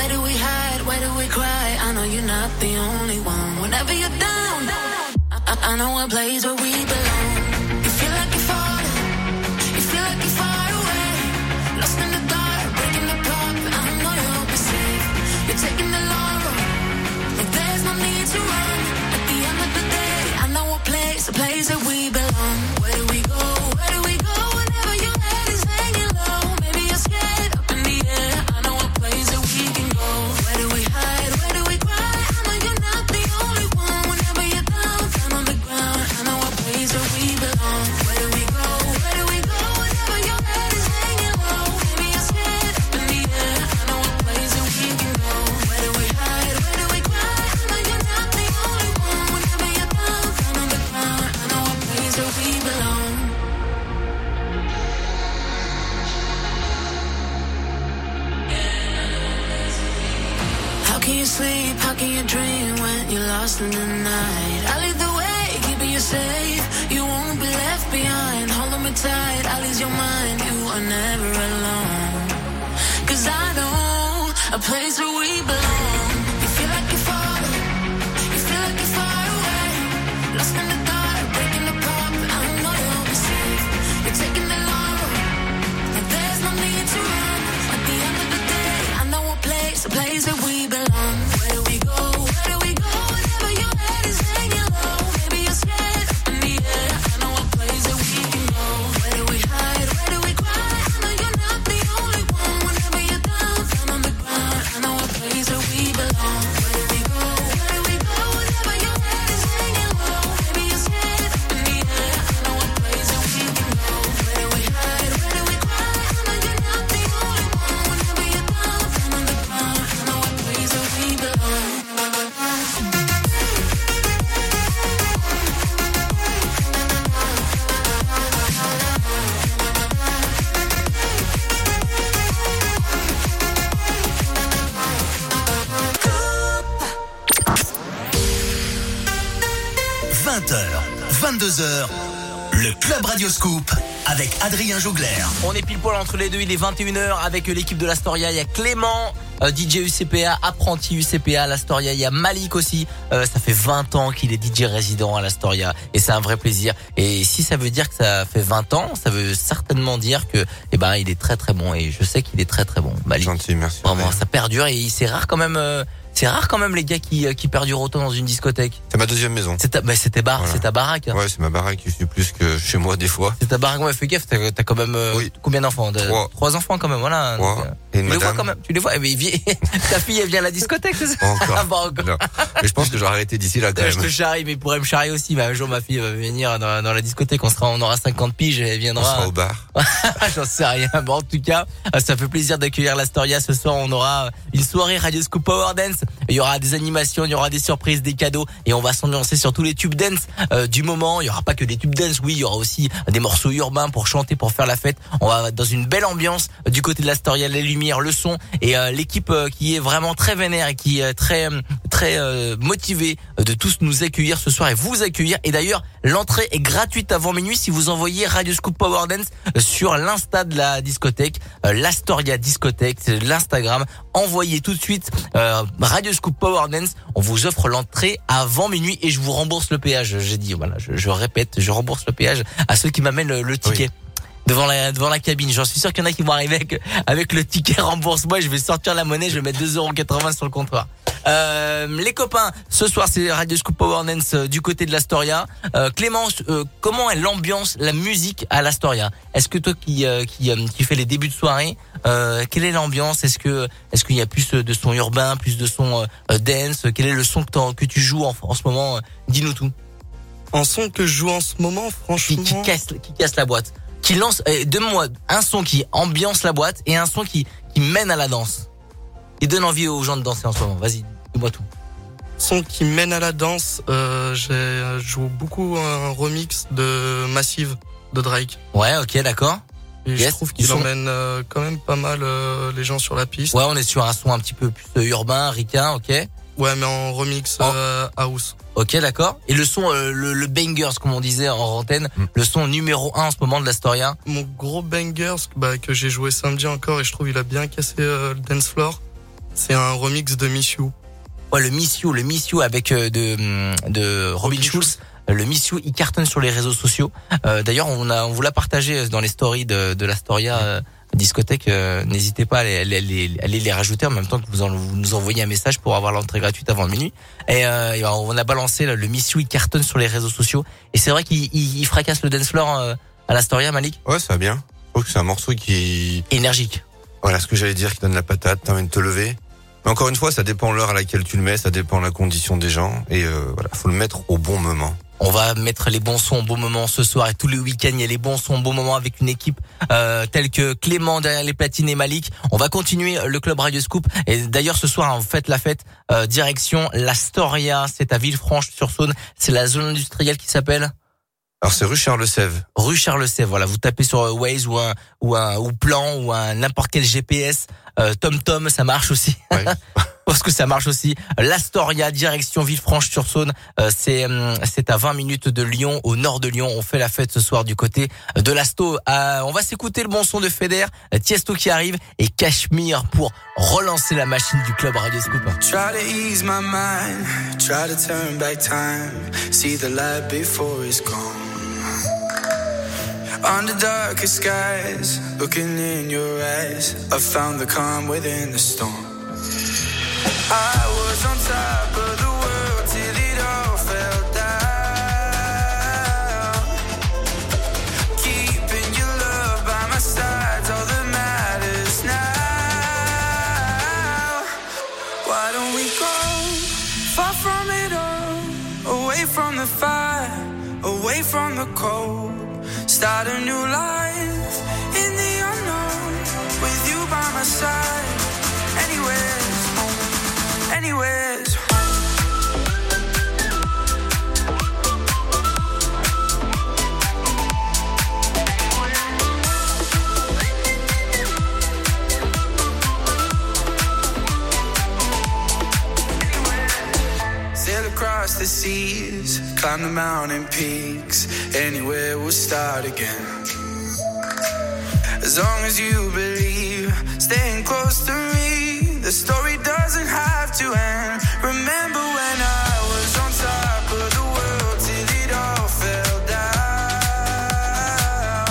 Where do we hide? Where do we cry? I know you're not the only one. Whenever you're down, I, I know a place where we belong. You feel like you're falling. You feel like you're far away. Lost in the dark, breaking apart. But I know you'll be safe. You're taking the long road. Like there's no need to run. At the end of the day, I know a place, a place that we belong. Where do we go? Where do we go? Whenever your head is hanging low. Maybe you're scared up in the air. I know a place that we can go. Where do we hide? Where do we cry? I know you're not the only one. Whenever you're down, down on the ground. I know a place where we belong. Where do we go? Where do we go? Whenever your head is hanging low. Maybe you're scared up in the air. I know a place that we can go. Where do we hide? Where do we cry? I know you're not the only one. Whenever you're down, down on the ground. I know a place where we belong. How can you sleep? How can you dream when you're lost in the night? I lead the way, keeping you safe. You won't be left behind. Hold me tight, I'll ease your mind. You are never alone. Cause I know a place where we belong. You feel like you're falling. You feel like you're far away. Lost in the dark, breaking apart. But I know you'll be safe. You're taking the long road. Like there's no need to run. At the end of the day, I know a place, a place that we belong. Where do we go? Where do we go? Whenever your head is hanging low. Maybe you're scared up in the air. I know a place that we can go. Where do we hide? Where do we cry? I know you're not the only one. Whenever you're down, down on the ground. I know a place that we belong. Where do we go? Where do we go? Whenever your head is hanging low. Maybe you're scared up in the air. I know a place that we can go. Where do we hide? Where do we cry? I know you're not the only one. Whenever you're down, down on the ground. I know a place that we belong. vingt heures, vingt-deux heures, le Club Radio Scoop avec Adrien Jougler. On est pile poil entre les deux, il est vingt et une heures avec l'équipe de l'Astoria. Il y a Clément, euh, D J U C P A, apprenti U C P A à l'Astoria. Il y a Malik aussi, euh, ça fait vingt ans qu'il est D J résident à l'Astoria et c'est un vrai plaisir. Et si ça veut dire que ça fait vingt ans, ça veut certainement dire que eh ben il est très très bon et je sais qu'il est très très bon. Malik, Gentil, merci. vraiment, ça perdure et c'est rare quand même. Euh, c'est rare quand même les gars qui qui perdurent autant dans une discothèque. C'est ma deuxième maison. C'est ta, bah, c'est tes bar, Voilà. c'est ta baraque. Hein. Ouais, c'est ma baraque. Je suis plus que chez moi des fois. C'est ta baraque, ouais, fais gaffe, t'as, t'as quand même euh, Oui. combien d'enfants? De- Trois. Trois enfants quand même, voilà. Trois. Donc, euh, Et une tu les vois madame. quand même, tu les vois. Eh, mais il vient- ta fille, elle vient à la discothèque, c'est ça? Pas encore. Ah, pas encore. Non. Mais je pense que j'aurais arrêté d'ici là quand Euh, Je même. te charrie, mais il pourrait me charrier aussi. Mais un jour, ma fille va venir dans, dans la discothèque. On sera, on aura cinquante piges et elle On viendra. sera au bar. J'en sais rien. Bon, en tout cas, ça fait plaisir d'accueillir l'Astoria. Ce soir, on aura une soirée Radio Scoop Power Dance. Il y aura des animations, il y aura des surprises, des cadeaux. Et on va s'ambiancer sur tous les tubes dance euh, du moment. Il y aura pas que des tubes dance. Oui, il y aura aussi des morceaux urbains pour chanter, pour faire la fête. On va dans une belle ambiance euh, du côté de l'Astoria. Les lumières, le son et euh, l'équipe euh, qui est vraiment très vénère et qui est très, euh, très euh, motivée de tous nous accueillir ce soir et vous accueillir. Et d'ailleurs, l'entrée est gratuite avant minuit si vous envoyez Radio Scoop Power Dance sur l'insta de la discothèque, euh, l'Astoria discothèque, c'est l'Instagram. Envoyez tout de suite euh, Radio Scoop Power Dance. On vous offre l'entrée avant minuit et je vous rembourse le péage. J'ai dit, voilà, je, je répète, je rembourse le péage à ceux qui m'amènent le, le ticket. Oui. Devant la, devant la cabine. J'en suis sûr qu'il y en a qui vont arriver avec, avec le ticket rembourse-moi. Je vais sortir la monnaie, je vais mettre deux euros quatre-vingts sur le comptoir. Euh, les copains, ce soir c'est Radio Scoop Power Dance euh, du côté de l'Astoria. Euh, Clémence, euh, comment est l'ambiance, la musique à l'Astoria? Est-ce que toi qui euh, qui euh, qui fait les débuts de soirée, euh, quelle est l'ambiance? Est-ce que est-ce qu'il y a plus de son urbain, plus de son euh, dance? Quel est le son que, t'en- que tu joues en, en ce moment? Dis-nous tout. En son que je joue en ce moment, Qui, franchement. qui casse qui casse la boîte, qui lance. Eh, donne-moi un son qui ambiance la boîte et un son qui qui mène à la danse. Et donne envie aux gens de danser en ce moment. Vas-y, dis-moi tout. Son qui mène à la danse, euh, j'ai je joue beaucoup un remix de Massive de Drake. Ouais, ok, d'accord. Et Yes, je trouve qu'il ils sont- emmène euh, quand même pas mal euh, les gens sur la piste. Ouais, on est sur un son un petit peu plus euh, urbain, ricain, ok. Ouais, mais en remix Oh. euh, house. Ok, d'accord. Et le son, euh, le, le bangers, comme on disait en antenne, Mm. le son numéro un en ce moment de l'Astoria. Mon gros banger bah, que j'ai joué samedi encore et je trouve il a bien cassé euh, le dance floor. C'est un remix de Miss You. Ouais, le Miss You, le Miss You avec euh, de de Robin, Robin Schulz. Le Miss You, il cartonne sur les réseaux sociaux. Euh, d'ailleurs, on a on vous l'a partagé dans les stories de de l'Astoria euh, discothèque. Euh, n'hésitez pas à aller, aller, aller, aller les rajouter en même temps que vous, en, vous nous envoyez un message pour avoir l'entrée gratuite avant minuit. Et, euh, et on a balancé là, le Miss You, il cartonne sur les réseaux sociaux. Et c'est vrai qu'il il, il fracasse le dance floor euh, à l'Astoria, Malik. Ouais, ça va bien. Je trouve que c'est un morceau qui énergique. Voilà ce que j'allais dire, qui donne la patate, t'as envie de te lever. Mais encore une fois, ça dépend de l'heure à laquelle tu le mets, ça dépend de la condition des gens. Et euh, voilà, faut le mettre au bon moment. On va mettre les bons sons au bon moment ce soir et tous les week-ends, il y a les bons sons au bon moment avec une équipe euh, telle que Clément derrière les platines et Malik. On va continuer le club Radio Scoop. Et d'ailleurs, ce soir, on fête la fête euh, direction l'Astoria. C'est à Villefranche-sur-Saône. C'est la zone industrielle qui s'appelle... Alors c'est rue Charles-Sève. Rue Charles-Sève, voilà. Vous tapez sur Waze ou un ou un ou Plan ou un n'importe quel G P S. Euh, TomTom, ça marche aussi. Ouais. Parce que ça marche aussi. L'Astoria, direction Villefranche-sur-Saône. Euh, c'est c'est à vingt minutes de Lyon, au nord de Lyon. On fait la fête ce soir du côté de l'Asto. Euh, on va s'écouter le bon son de Feder, Tiesto qui arrive et Cachemire pour relancer la machine du club Radio Scoop. Try to ease my mind, try to turn back time, see the light before it's gone. Under darkest skies, looking in your eyes, I found the calm within the storm. I was on top of the world till it all fell down. Keeping your love by my side's all that matters now. Why don't we go far from it all, away from the fire, away from the cold. Start a new life in the unknown, with you by my side. Anywhere's home, anywhere's home. Sail across the seas, climb the mountain peaks. Anywhere we'll start again. As long as you believe, staying close to me, the story doesn't have to end. Remember when I was on top of the world till it all fell down.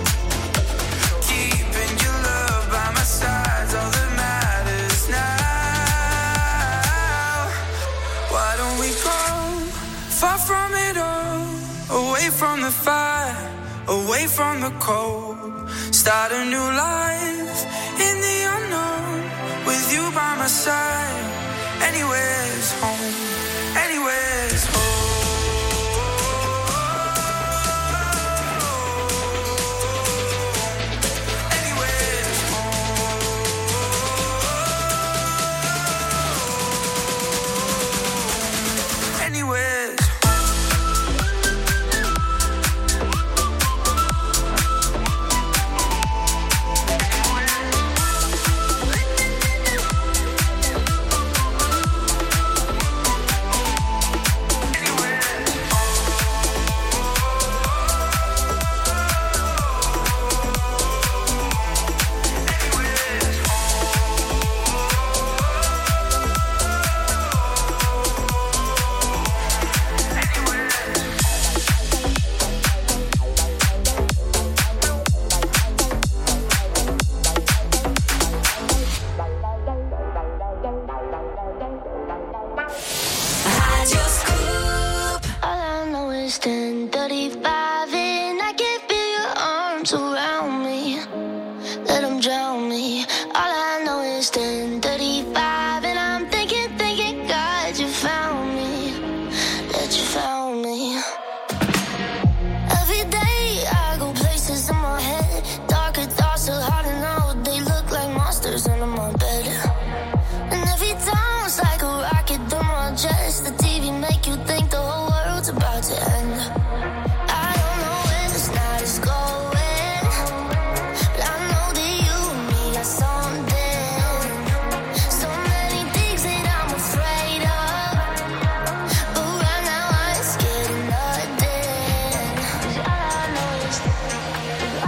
Keeping your love by my side's all that matters now. Why don't we go far from it all, away from the fire, away from the cold. Start a new life in the unknown, with you by my side. Anywhere's home, anywhere's home. Anywhere's home. Anywhere's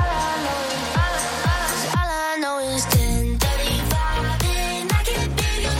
All I know is ten thirty-five and I can feel your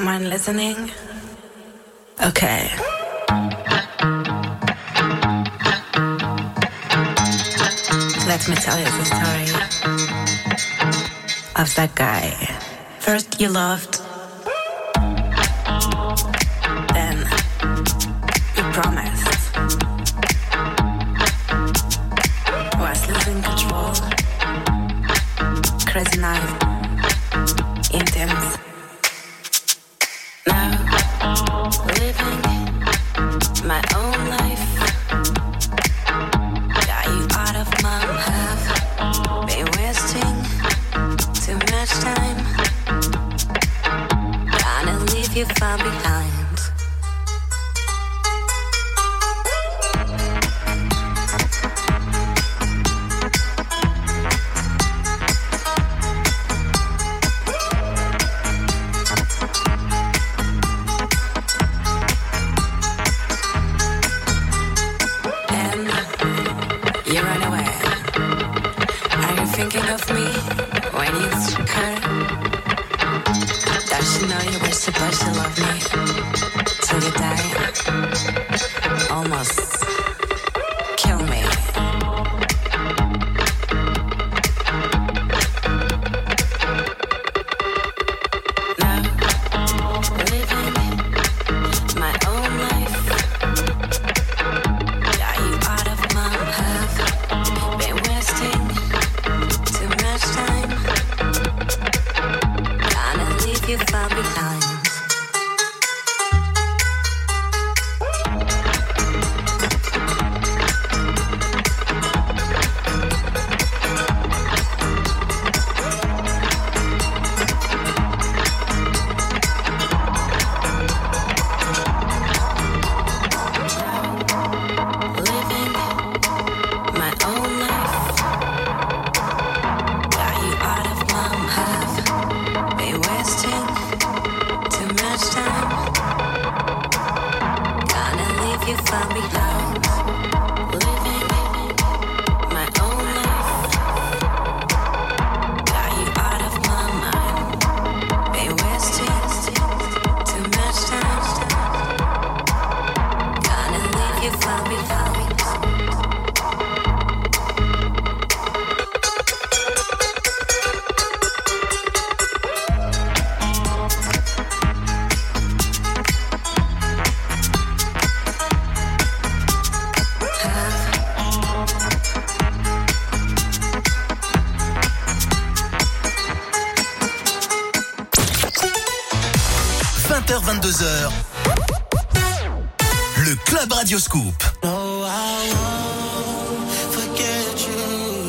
Someone listening? Okay. Let me tell you the story of that guy. First you loved, then you promised. Was losing control. Crazy night, intense. Now living my own life. Got you out of my half. Been wasting too much time. Gonna leave you far behind. Thinking of me when it's her. Does she know you were supposed to love me till you die? Almost kill me. Now living my own life. Got you out of my path. Been wasting too much time. Gonna leave you far behind. Living my own life. Got you out of my path. Been wasting too much time. Gonna leave you far behind. Living my own life. Got you out of my mind. Been wasting too much time. Gonna leave you far behind. vingt heures vingt-deux heures, le Club Radio Scoop. No, I won't forget you.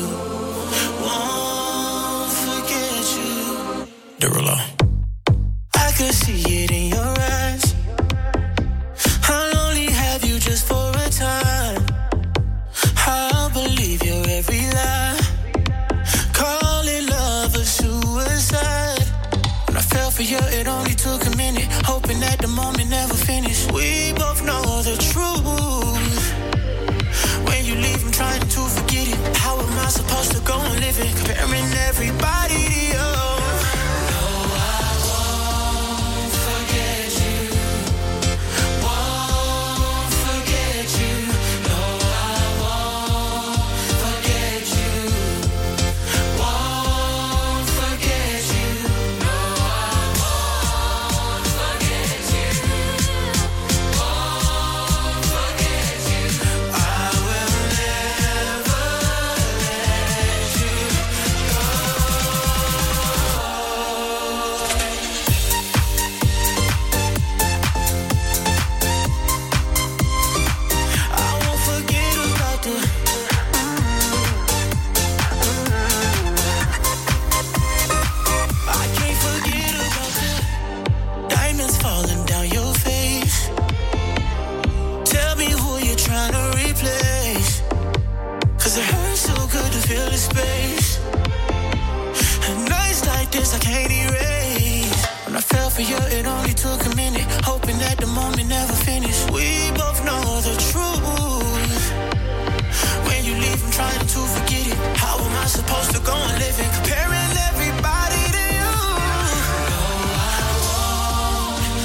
Won't forget you. Derulo. I could see it in your eyes. I'll only have you just for a time. I'll believe your every lie. Call it love or suicide. When I fell for you, it only took a minute. Hoping that the moment never finished. We both know the truth. When you leave, I'm trying to forget it. How am I supposed to go and live it? Comparing everybody to you. No, I won't forget you. Won't forget you. No, I won't forget you. Won't forget you. No, I won't forget you. Won't forget you. I will never let you go. I won't forget about the I can't forget about the diamonds falling down your face. Tell me who you're trying to replace. Cause it hurts so good to feel the space. And nights like this I can't erase. When I fell for you, it only took a minute. Hoping that the moment never finished. We both know the truth. When you leave, I'm trying to forget it. How am I supposed to go and live it? Comparing everybody to you. No, I won't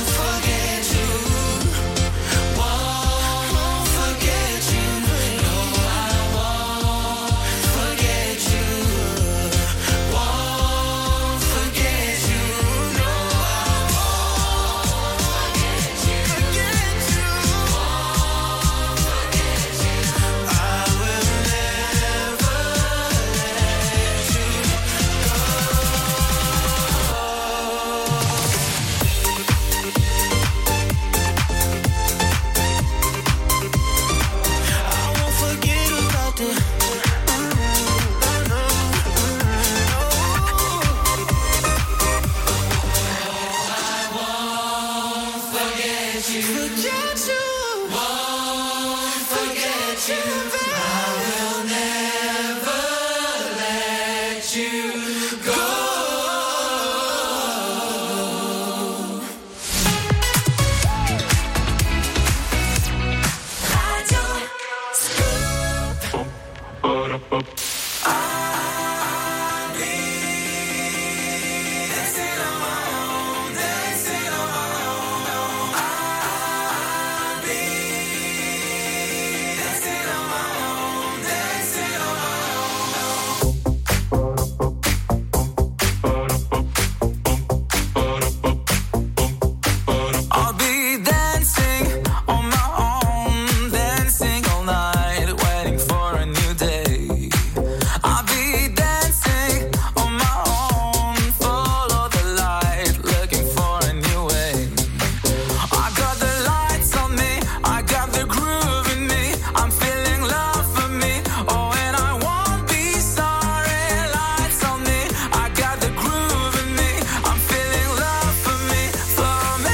I'll be dancing on my own, dancing all night, waiting for a new day. I'll be dancing on my own, follow the light, looking for a new way. I got the lights on me, I got the groove in me, I'm feeling love for me, oh and I won't be sorry. Lights on me, I got the groove in me, I'm feeling love for me, for me.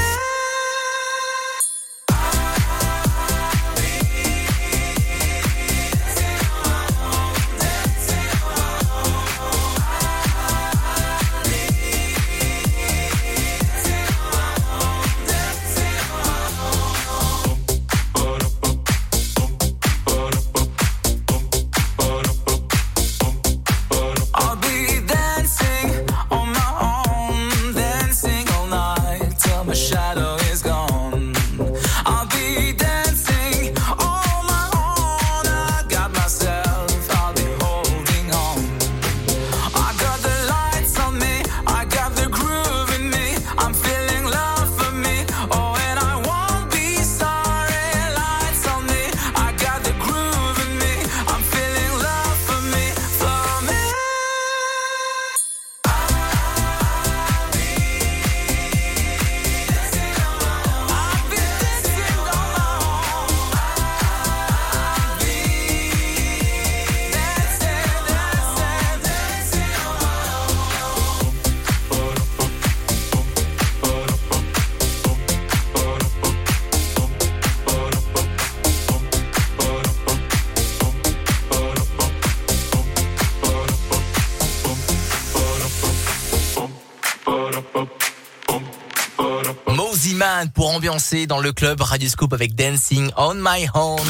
I'll be dancing on my own, dancing all night till my shadow is gone. I'll be dancing on my own. I got myself, I'll be holding on. I got the lights on me, I got the groove in me, I'm feeling love for me, oh and I won't be sorry. Lights on me, I got the groove in me, I'm feeling love for me, for me. Moziman pour ambiancer dans le club Radioscope avec Dancing on My Own.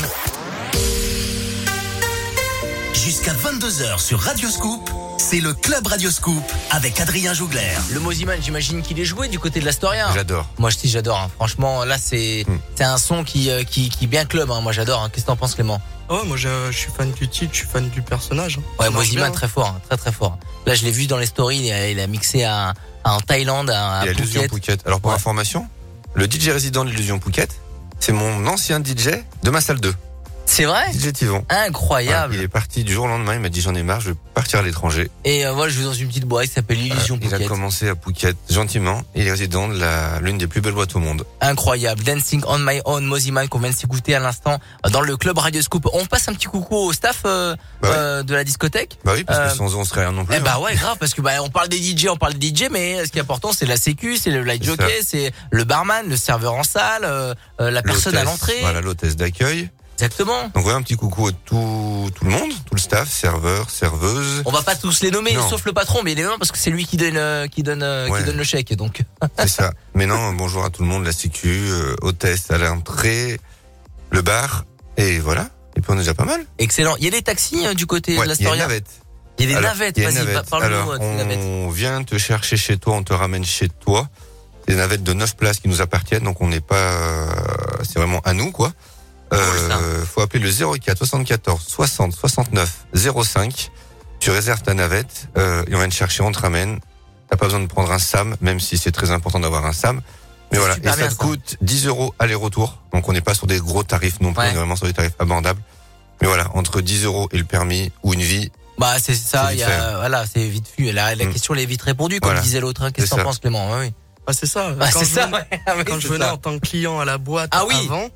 Jusqu'à vingt-deux heures sur Radioscoop, c'est le Club Radioscoop avec Adrien Jougler. Le Moziman, j'imagine qu'il est joué du côté de l'Astoria. J'adore. Moi, je dis j'adore. Hein. Franchement, là, c'est Mm. c'est un son qui euh, qui qui est bien club. Hein. Moi, j'adore. Hein. Qu'est-ce que t'en penses, Clément? Oh, moi, je, je suis fan du titre, je suis fan du personnage. Ouais, Ça marche Moziman bien. très fort, hein. très très fort. Là, je l'ai vu dans les stories. Il a, il a mixé à, à en Thaïlande, à, à Il y a l'illusion Phuket. Phuket. Alors pour Ouais. information, le D J résident de l'illusion Phuket, c'est mon ancien D J de ma salle deux, C'est vrai? D J Tivon. Incroyable. Voilà, il est parti du jour au lendemain, il m'a dit j'en ai marre, je vais partir à l'étranger. Et euh, voilà, je vais dans une petite boîte qui s'appelle Illusion Voilà, il a Phuket. commencé à Phuket gentiment, et il est résident de la l'une des plus belles boîtes au monde. Incroyable. Dancing on My Own, Moziman, qu'on vient de s'écouter à l'instant euh, dans le club Radioscoop. On passe un petit coucou au staff euh, Bah ouais. euh, de la discothèque. Bah oui, parce Euh, que sans eux on serait rien non plus. Eh bah hein. ouais, grave, parce que bah on parle des D J, on parle des D J, mais ce qui est important, c'est la sécu, c'est le light C'est jockey, c'est le barman, le serveur en salle, euh, euh, la personne à L'hôtesse, l'entrée. Voilà, l'hôtesse d'accueil. Exactement. Donc voilà, un petit coucou à tout, tout le monde, tout le staff, serveur, serveuse. On va pas tous les nommer, Non. sauf le patron, mais évidemment parce que c'est lui qui donne, euh, qui donne, euh, Ouais. qui donne le chèque, donc. C'est ça. Mais non, bonjour à tout le monde, la sécu, euh, hôtesse à l'entrée, le bar, et voilà. Et puis on est déjà pas mal. Excellent. Il y a des taxis euh, du côté Ouais, de la il y a une Storia. navette. Il y a des Alors, navettes. il y a une Vas-y, navette. parle-nous Alors, euh, de ces navettes. on vient te chercher chez toi, on te ramène chez toi. C'est des navettes de neuf places qui nous appartiennent, donc on n'est pas, euh, c'est vraiment à nous, quoi. Euh, faut appeler le zéro quatre soixante-quatorze soixante soixante-neuf zéro cinq. Tu réserves ta navette, euh, et on vient te chercher, on te ramène. T'as pas besoin de prendre un SAM, même si c'est très important d'avoir un SAM. Mais C'est voilà. Et super ça bien, te ça. coûte dix euros aller-retour. Donc on n'est pas sur des gros tarifs non plus, Ouais. on est vraiment sur des tarifs abordables. Mais voilà, entre dix euros et le permis ou une vie, Bah c'est ça, C'est il y vite fait. a voilà, c'est vite vu. La, la Mm. question elle est vite répondue, comme Voilà. disait l'autre. hein. Qu'est-ce que C'est t'en ça. penses, Clément? Ouais, oui. Ah, c'est ça. Ah, quand c'est je ça. venais, ouais. Ah oui, quand je c'est venais ça. en tant que client à la boîte Ah oui. avant,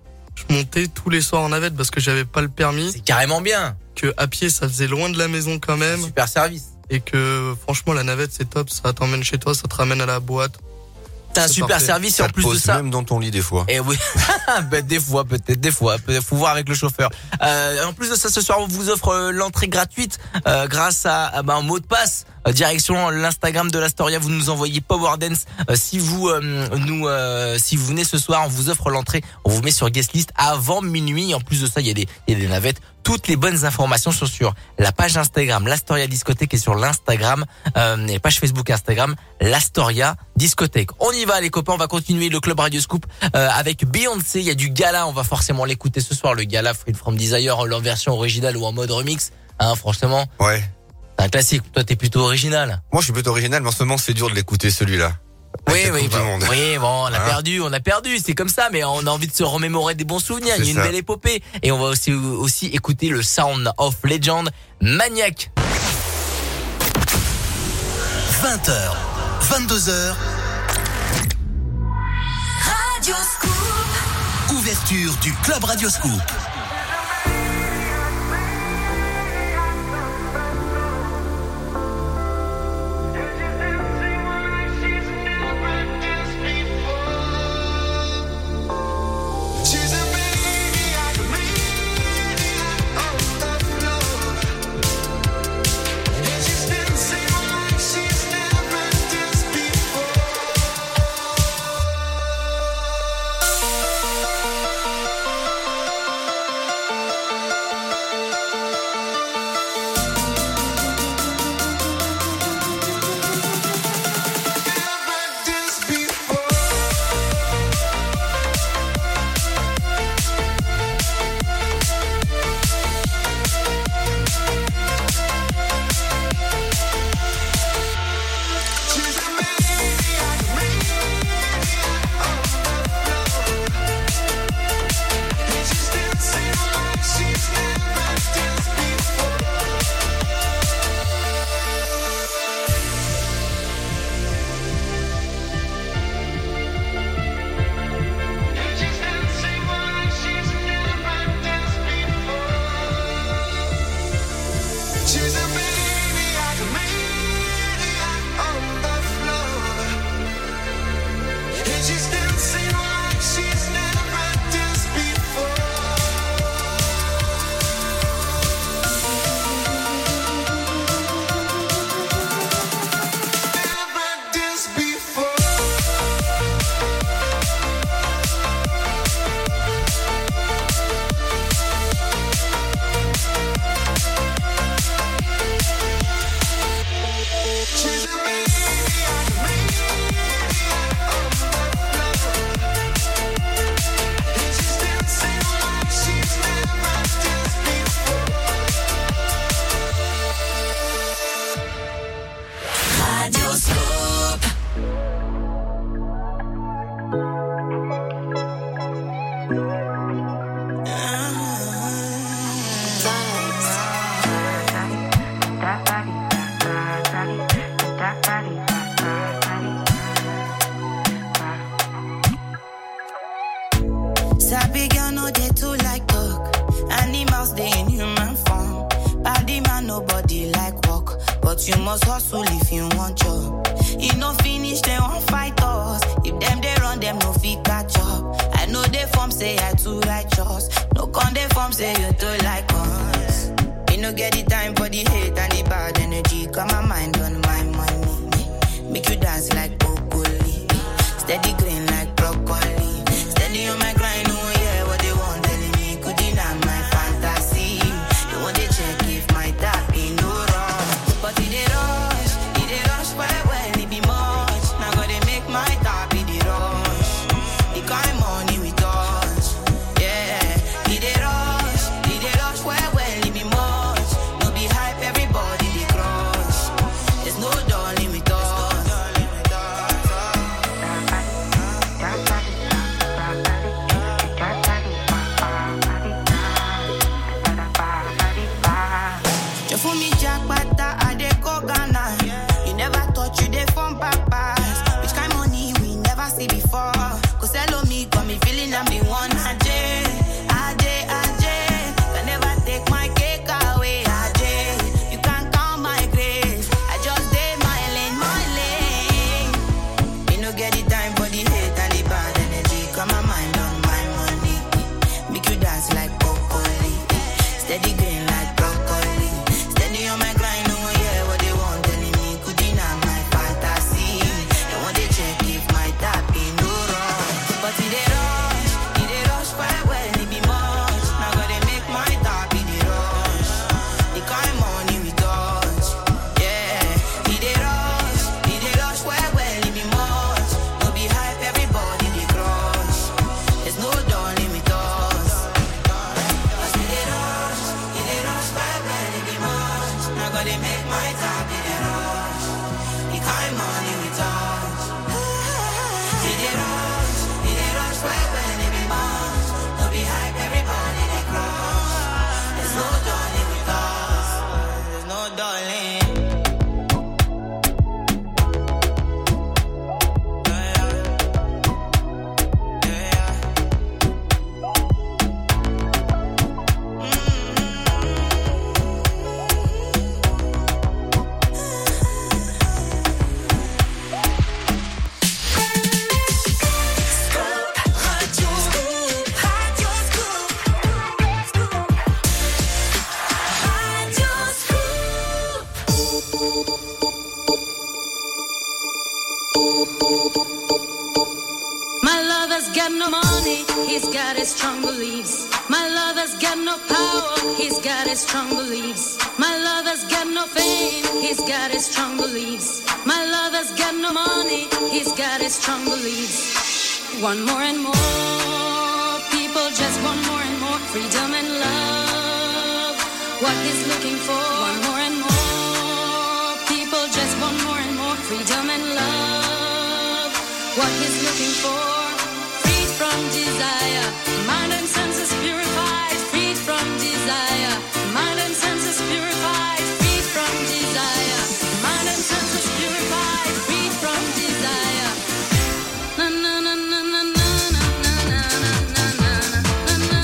je montais tous les soirs en navette parce que j'avais pas le permis, C'est carrément bien. que à pied ça faisait loin de la maison quand même, Super service. et que franchement la navette c'est top, ça t'emmène chez toi, ça te ramène à la boîte. C'est un C'est super parfait. service et ça en te plus de pose ça. même dans ton lit des fois. Et oui, ben, des fois peut-être, des fois, peut-être faut voir avec le chauffeur. Euh, en plus de ça, ce soir on vous offre euh, l'entrée gratuite euh, grâce à, à ben, un mot de passe euh, direction l'Instagram de l'Astoria, vous nous envoyez Power Dance. Euh, si vous euh, nous euh, si vous venez ce soir, on vous offre l'entrée, on vous met sur guest list avant minuit. Et en plus de ça, il y a des il y a des navettes. Toutes les bonnes informations sont sur la page Instagram l'Astoria Discothèque et sur l'Instagram euh, et page Facebook Instagram l'Astoria Discothèque. On y va les copains, on va continuer le Club Radio Scoop euh, avec Beyoncé. Il y a du gala, on va forcément l'écouter ce soir, le gala Free From Desire en version originale ou en mode remix. Hein, franchement. Ouais. C'est un classique. Toi, t'es plutôt original. Moi, je suis plutôt original, mais en ce moment, c'est dur de l'écouter, celui-là. Oui, Avec la oui, Coupe du bon, Monde. oui, bon, on a Hein perdu, on a perdu, c'est comme ça, mais on a envie de se remémorer des bons souvenirs. Il y a C'est une ça. belle épopée. Et on va aussi, aussi écouter le Sound of Legend, Maniac. vingt heures, vingt-deux heures. Radio Scoop. Ouverture du Club Radio Scoop. Sabi girl no dey too like talk. Animals dey in human form. Body man nobody like walk, but you must hustle if you want job. E no finish they won't fight us. If them they run them no fit catch up. I know they form say I too righteous. No con they form say you too like us. Me no get the time for the hate and the bad energy. Got my mind on my money. Make you dance like broccoli. Steady green like broccoli. Steady on my grind, oh yeah, what they want telling me. Could deny my fantasy. They want to check if my tap ain't no wrong. But it they rush, it they rush well, well, it be much. Now gotta make my tap in the rush. The kind money we touch, yeah. It they rush, it they rush well, well, it be much. No be hype, everybody they crush. There's no darling with us. You fool me jackpata, I dey go Ghana. You never thought you dey from papas. Which kind money we never see before. Cause hello me, got me feeling I'm the one. Ajay, Ajay, Ajay. Can never take my cake away, Ajay. You can't count my grace. I just did my lane, my lane. Me no get the time for the hate and the bad energy. Got my mind on my money. Make you dance like broccoli. Steady green like broccoli. Steady on my grind, oh yeah, what they want telling me. make my top hit it rush. The kind money we touch. Hit it rush, hit it rush, right when it be much. No be hype, everybody they crush. There's no darling with us. There's no darling. Got no money, he's got his strong beliefs. My lover's got no power, he's got his strong beliefs. My lover's got no fame, he's got his strong beliefs. My lover's got no money, he's got his strong beliefs. Want more and more, people just want more and more freedom and love. What he's looking for, want more and more, people just want more and more freedom and love. What he's looking for. From desire, mind and senses purified, freed from desire, mind and senses purified, freed from desire, mind and senses purified, freed from desire. Na na na na na na na na na na na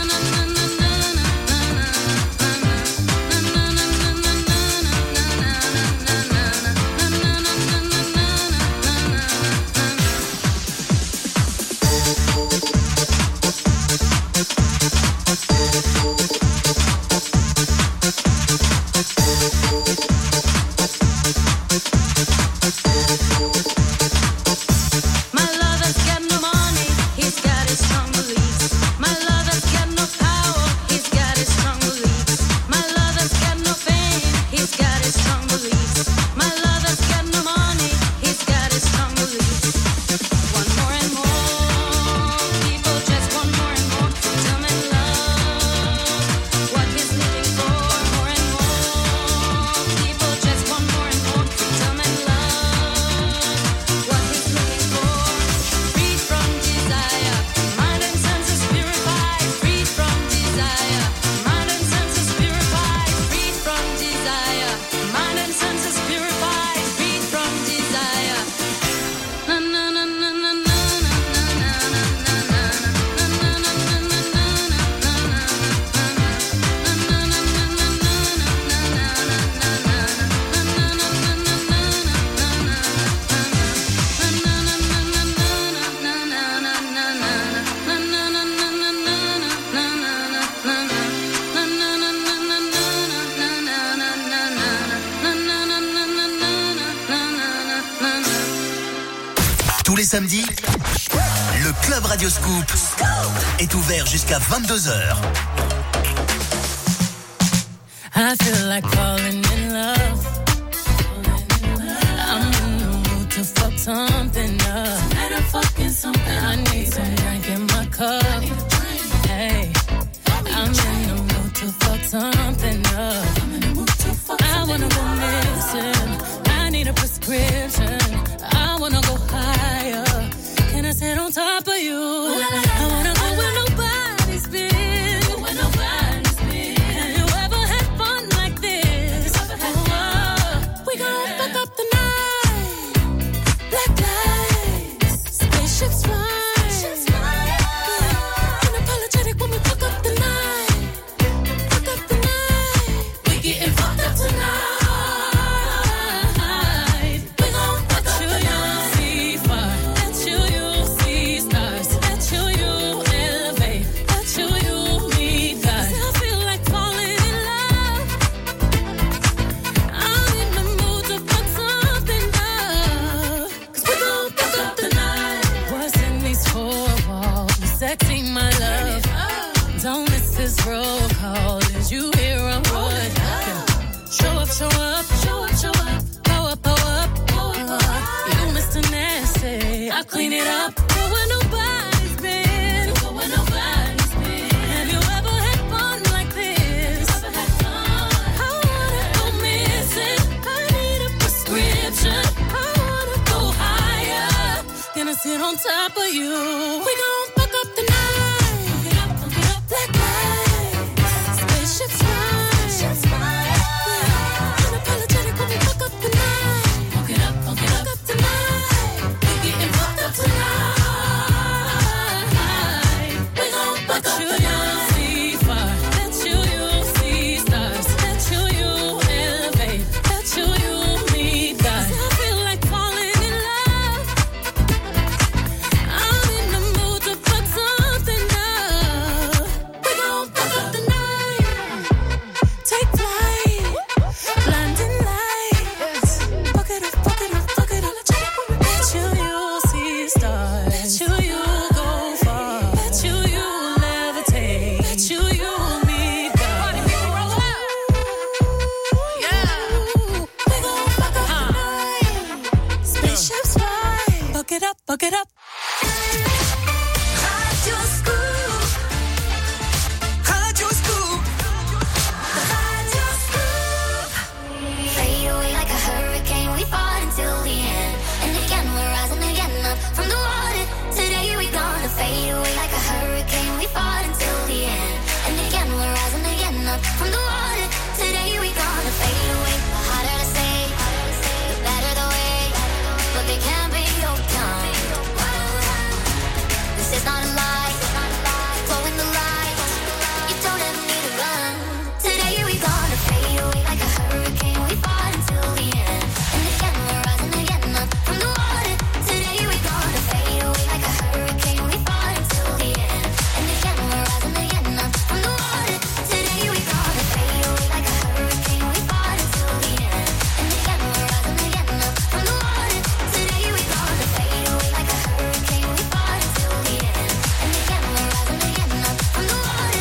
Tous les samedis, le Club Radio Scoop est ouvert jusqu'à vingt-deux heures. I feel like falling in love. I'm in the mood to fuck something up. I need some drink in my cup. Hey, I'm in the mood to fuck something up. I wanna go missing. I need a prescription. I wanna go higher. Can I sit on top of you? I wanna go where nobody's been. Where nobody's been. Have you ever had fun like this? Oh, we gon' fuck up the night. Black lights, spaceships fly. Unapologetic when we fuck up the night. Fuck up the night. We getting fucked up tonight. Roll call, is you hear a word? Show up, show up, show up, show up. Go up, go up, go up. You Mister Nasty, I clean it up. Go where nobody's been. Go where nobody's been. Have you ever had fun like this? Ever had fun? I wanna go missing. sit on top of you. We gon' fuck up the night. Fuck it up, fuck it up. Black lights, spaceships fly. Spaceships fly. Unapologetic when we fuck up the night. Fuck it up, fuck it up. Fuck up the night. We getting fucked up tonight. We gon' fuck up the night. Fuck it up. Radio Scoop. Radio Scoop. Radio Scoop. Fade away like a hurricane, we fought until the end. And again we're rising again up from the water. Today we gonna fade away like a hurricane, we fought until the end. And again we're rising again up from the water. Today we gonna fade away. The harder to say, the better the way. But they can't be your time. This is not a lie, glow in the light. You don't ever need to run. Today we gonna fade away like a hurricane. We fought until the end. And again we're rising again up from the water. Today we gonna fade away like a hurricane. We fought until the end. And again we're rising again up from the water. Today we gonna fade away like a hurricane. We fought until the end. And again we're rising again up from the water. Today we gonna fade away like a hurricane. We fought until the end. And again we're rising again up from the water.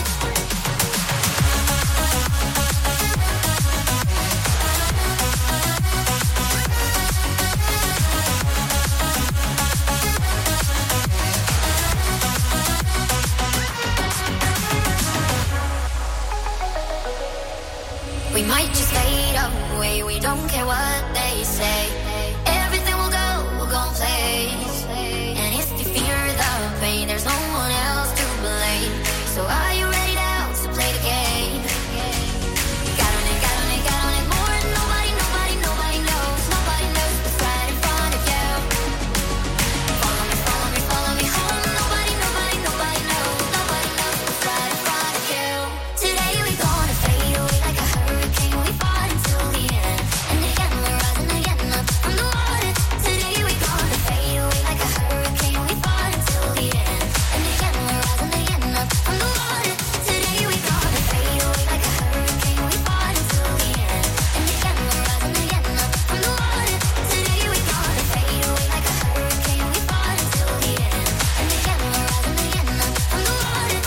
We might just fade away, we don't care what they say. Everything will go, will go in place. And if you fear the pain, there's no one else to blame. So are you ready now to play the game? Got on it, got on it, got on it more than nobody, nobody, nobody knows. Nobody knows what's right in front of you. Follow me, follow me, follow me home. Nobody, nobody, nobody knows. Nobody knows what's right in front of you. Today we gonna fade away like a hurricane. We fought until the end. And again we're rising again up from the water. Today we gonna fade away like a hurricane. We fought until the end. And again we're rising again up from the water. Today we gonna fade away like a hurricane. We fought until the end. And again we're rising again up from the water. Today we gonna fade away like a hurricane. We fought until the end. And again we're rising again up from the water.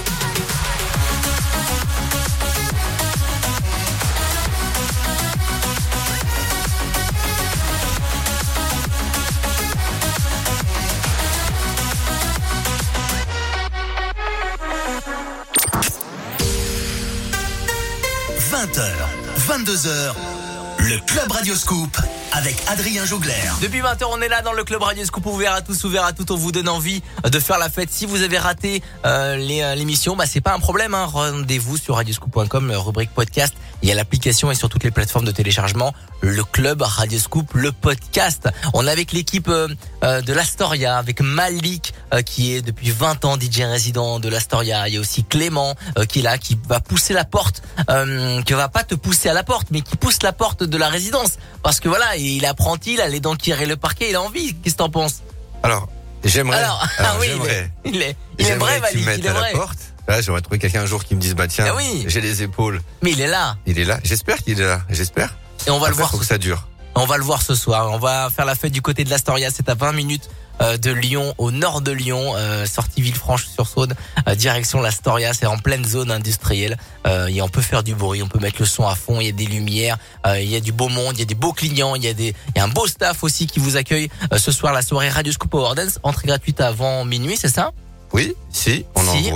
vingt heures, vingt-deux heures, le Club Radio Scoop avec Adrien Jougler. Depuis vingt heures, on est là dans le Club Radio Scoop, ouvert à tous, ouvert à toutes. On vous donne envie de faire la fête. Si vous avez raté euh, les, euh, l'émission, bah c'est pas un problème. Hein. Rendez-vous sur radioscoop point com, rubrique podcast. Il y a l'application et sur toutes les plateformes de téléchargement, le Club Radio Scoop, le podcast. On est avec l'équipe euh, euh, de l'Astoria, avec Malik euh, qui est depuis vingt ans D J résident de l'Astoria. Il y a aussi Clément euh, qui est là, qui va pousser la porte, euh, qui va pas te pousser à la porte, mais qui pousse la porte de la résidence. Parce que voilà, il est apprenti, il a les dents qui et le parquet, il a envie. Qu'est-ce que t'en penses? Alors, j'aimerais. Alors, alors ah oui, j'aimerais. il est, il est, il est vrai, J'aimerais que tu Malik, me il mettes est à vrai. la porte. Là, j'aurais trouvé quelqu'un un jour qui me dise, bah tiens, Ah oui. j'ai les épaules. Mais il est là. Il est là. J'espère qu'il est là. J'espère. Et on va Après, le voir. faut que ça dure. On va le voir ce soir. On va faire la fête du côté de l'Astoria. C'est à vingt minutes euh, de Lyon, au nord de Lyon, euh, sortie Villefranche-sur-Saône, euh, direction l'Astoria. C'est en pleine zone industrielle. Euh, et on peut faire du bruit, on peut mettre le son à fond. Il y a des lumières, euh, il y a du beau monde, il y a des beaux clients, il y a des, il y a un beau staff aussi qui vous accueille euh, ce soir. La soirée Radio Scoop Power Dance, entrée gratuite avant minuit, c'est ça? Oui, si, on Si. envoie.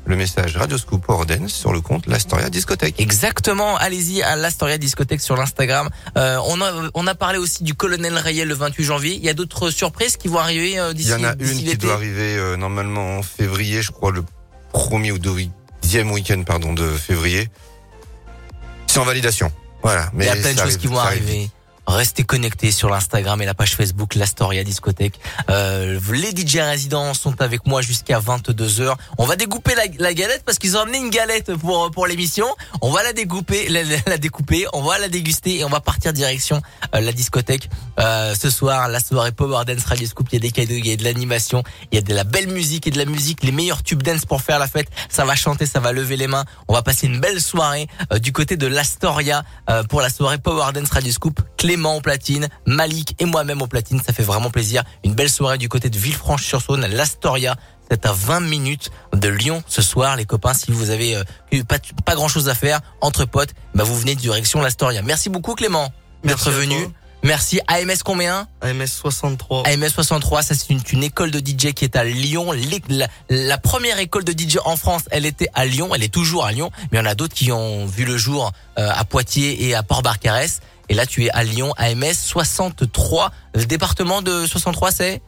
le message Radio Scoop Power Dance sur le compte l'Astoria Discothèque. Exactement, allez-y à l'Astoria Discothèque sur l'Instagram. Euh, on a on a parlé aussi du Colonel Rayel le vingt-huit janvier. Il y a d'autres surprises qui vont arriver euh, d'ici Il y en a d'ici une qui l'été. doit arriver euh, normalement en février, je crois le premier ou deuxième week-end pardon de février. C'est en validation. Voilà. Mais Il y a plein de ça choses arrive- qui vont ça arrive arriver. vite. Restez connectés sur l'Instagram et la page Facebook l'Astoria Discothèque. Euh, les D J résidents sont avec moi jusqu'à vingt-deux heures. On va découper la, la galette parce qu'ils ont amené une galette pour pour l'émission. On va la découper, la, la, la découper, on va la déguster et on va partir direction euh, la discothèque. Euh, ce soir, la soirée Power Dance Radio Scoop. Il y a des cadeaux, il y a de l'animation, il y a de la belle musique et de la musique, les meilleurs tubes dance pour faire la fête. Ça va chanter, ça va lever les mains. On va passer une belle soirée euh, du côté de l'Astoria euh, pour la soirée Power Dance Radio Scoop. Clément au platine, Malik et moi-même au platine, ça fait vraiment plaisir. Une belle soirée du côté de Villefranche-sur-Saône, l'Astoria. C'est à vingt minutes de Lyon ce soir, les copains. Si vous avez euh, pas, pas grand chose à faire, entre potes, bah vous venez direction l'Astoria. Merci beaucoup Clément d'être Merci à venu. toi. Merci. A M S combien? A M S soixante-trois. A M S soixante-trois, ça c'est une, une école de D J qui est à Lyon. Les- La, la première école de D J en France, elle était à Lyon, elle est toujours à Lyon, mais il y en a d'autres qui ont vu le jour euh, à Poitiers et à Port-Barcarès. Et là, tu es à Lyon, A M S soixante-trois. Le département de soixante-trois, c'est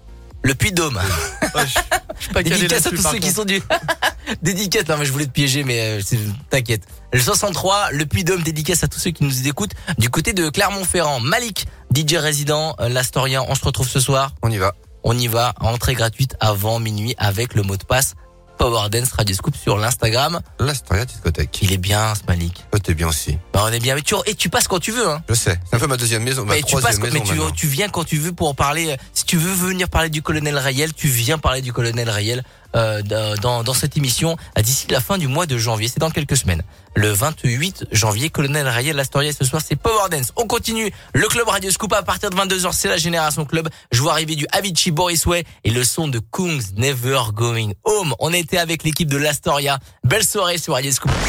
le Puy-de-Dôme. Ouais, je, je suis pas calé Dédicace à là-dessus, tous par ceux qui contre. sont du... Dédicace, non mais je voulais te piéger, mais euh, c'est- t'inquiète. Le soixante-trois, le Puy-de-Dôme, dédicace à tous ceux qui nous écoutent du côté de Clermont-Ferrand. Malik, D J résident, euh, l'Astorien, on se retrouve ce soir. On y va. On y va, entrée gratuite avant minuit avec le mot de passe Power Dance Radio Scoop sur l'Instagram. L'Astoria Discothèque. Il est bien, ce Malik. Toi, t'es bien aussi. Bah, on est bien. Mais tu, et tu passes quand tu veux, hein. Je sais. C'est un peu ma deuxième maison, ma Mais tu passes, troisième quand- mais maison tu, maintenant. tu viens quand tu veux pour en parler. euh, Si tu veux venir parler du colonel Rayel, tu viens parler du colonel Rayel euh, dans, dans cette émission à d'ici la fin du mois de janvier. C'est dans quelques semaines. Le vingt-huit janvier, colonel Rayel, l'Astoria. Ce soir, c'est Power Dance. On continue. Le club Radio Scoop à partir de vingt-deux heures. C'est la Génération Club. Je vois arriver du Avicii, Boris Way et le son de Kungs Never Going Home. On était avec l'équipe de l'Astoria. Belle soirée sur Radio Scoop.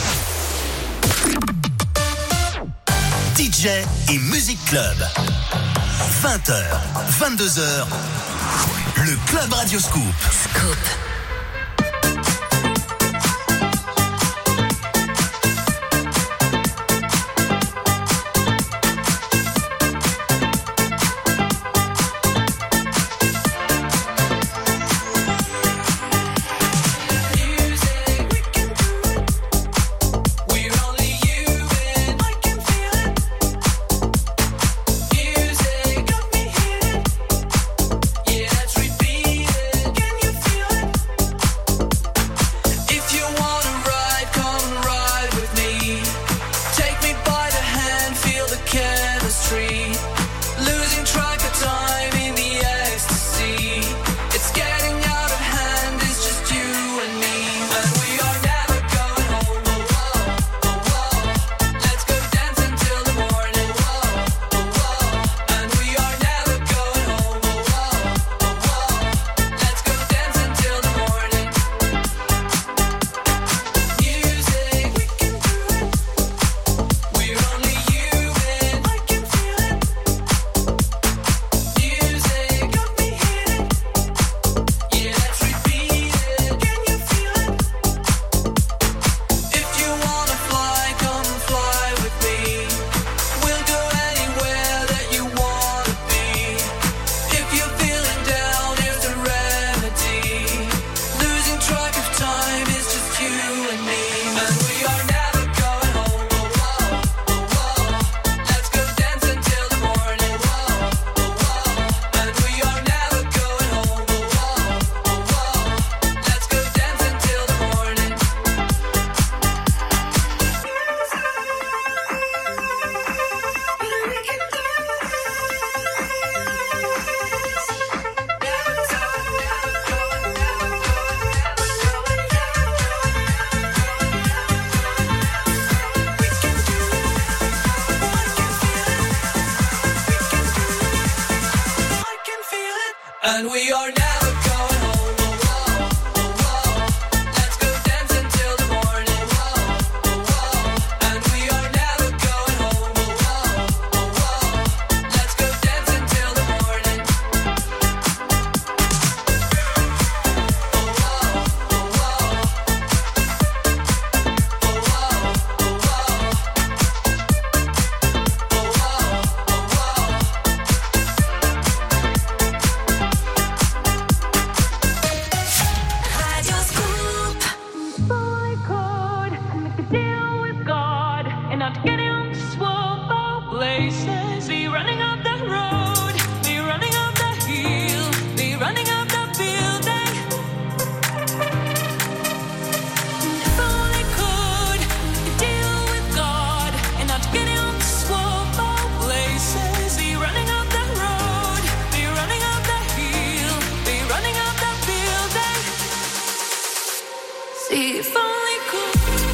D J et Music Club. vingt heures, vingt-deux heures. Le Club Radio Scoop. Scoop. And we are never going home. Oh, oh, oh, oh. Let's go dance until the morning. Oh, oh, oh. And we are never going home. Oh, oh, oh, oh. Let's go dance until the morning. Oh, oh, oh, oh. places. Be running up the road, be running up the hill, be running up the building. If only could deal with God and not get on swamp places. Be running up the road, be running up the hill, be running up the building. See if only could.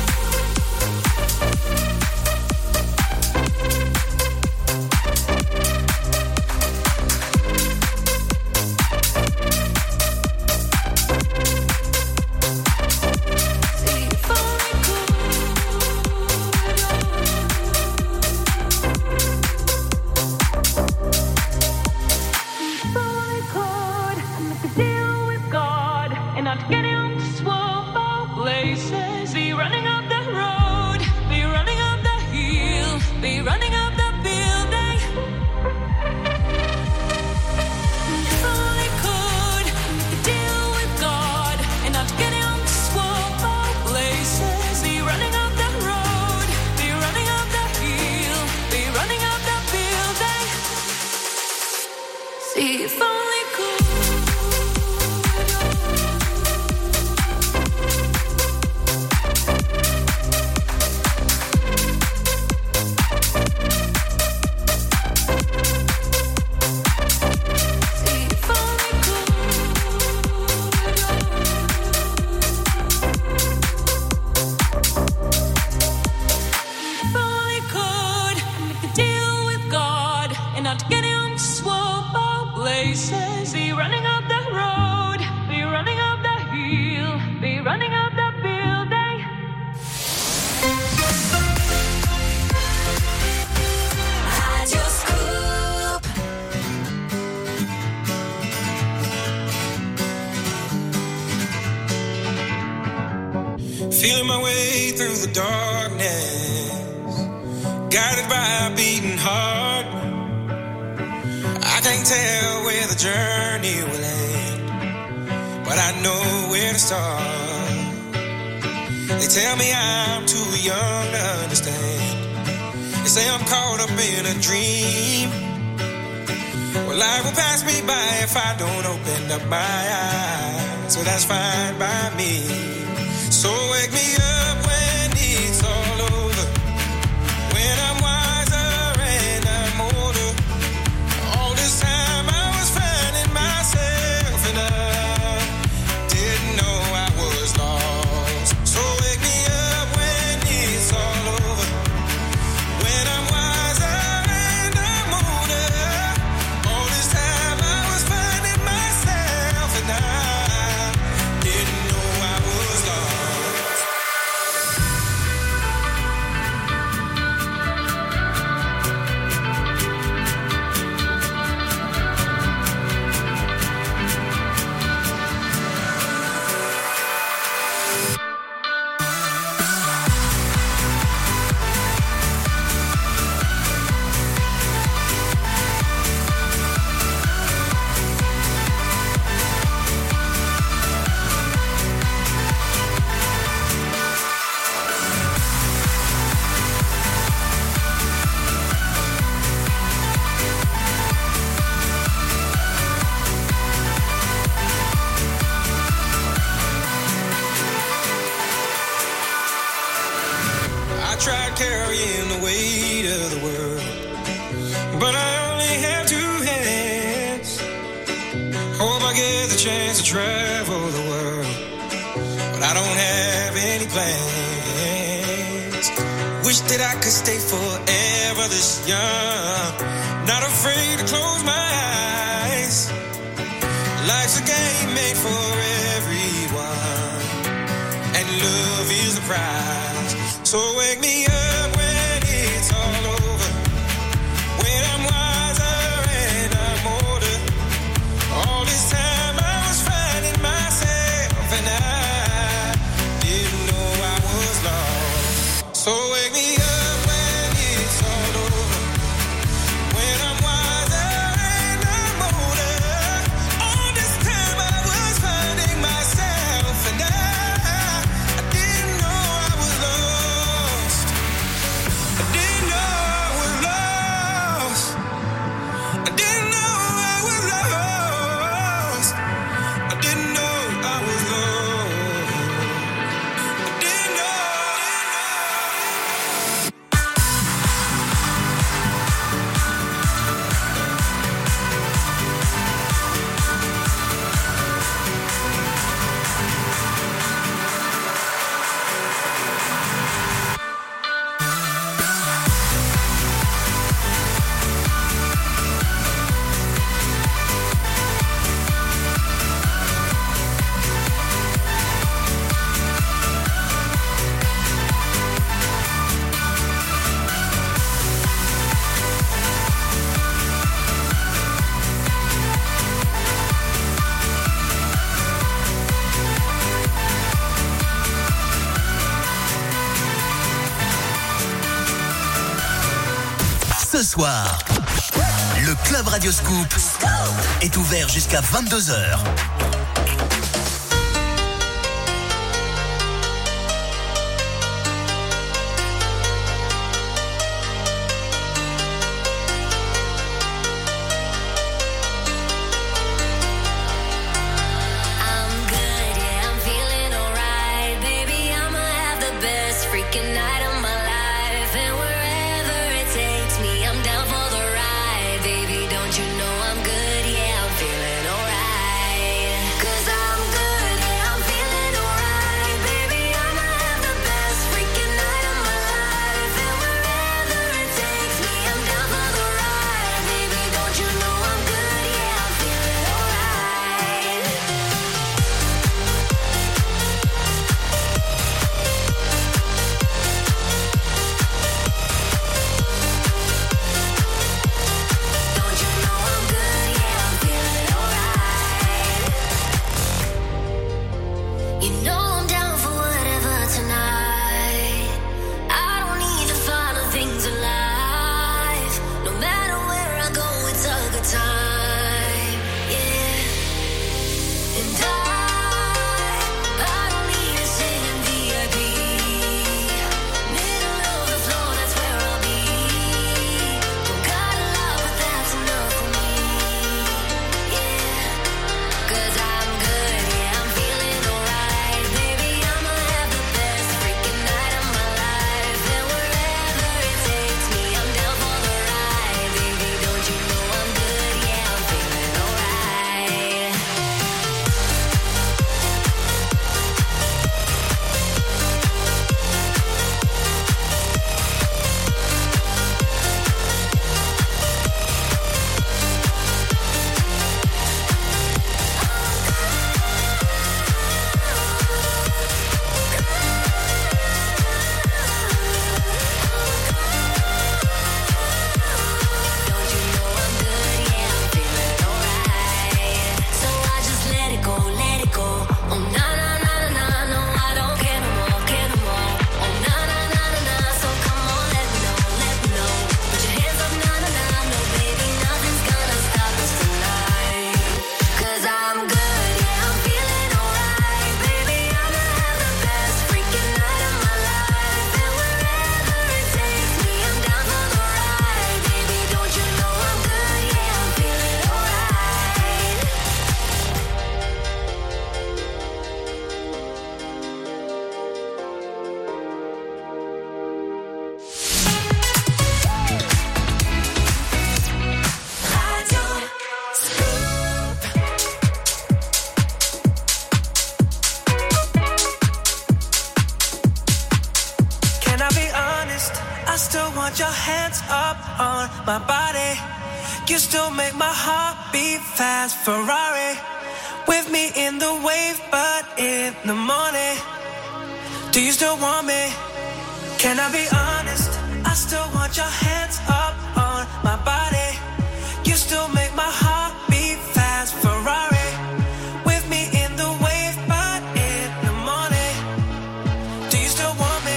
Feeling my way through the darkness, guided by a beating heart. I can't tell where the journey will end, but I know where to start. They tell me I'm too young to understand. They say I'm caught up in a dream. Well, life will pass me by if I don't open up my eyes, so that's fine by me. So wake me up when it's all over, when I'm wiser and I'm older. All this time I was finding myself and I didn't know I was lost. So wake me up when it's all over, when I'm wiser and I'm older. All this time I was finding myself and I didn't know I was lost. I tried carrying the weight of the world, but I only have two hands. Hope I get the chance to travel the world, but I don't have any plans. Wish that I could stay forever this young, not afraid to close my eyes. Life's a game made for everyone, and love is the prize. So wake me up when it's all over, when I'm wiser and I'm older. All this time I was finding myself and I didn't know I was lost. So wake me up when it's all over, when I'm wiser and I'm older. All this time I was finding myself and I, I didn't know I was lost. soir, le Club Radio Scoop est ouvert jusqu'à vingt-deux heures. want your hands up on my body. You still make my heart beat fast. Ferrari with me in the wave, but in the morning. Do you still want me? Can I be honest? I still want your hands up on my body. You still make my heart beat fast. Ferrari with me in the wave, but in the morning. Do you still want me?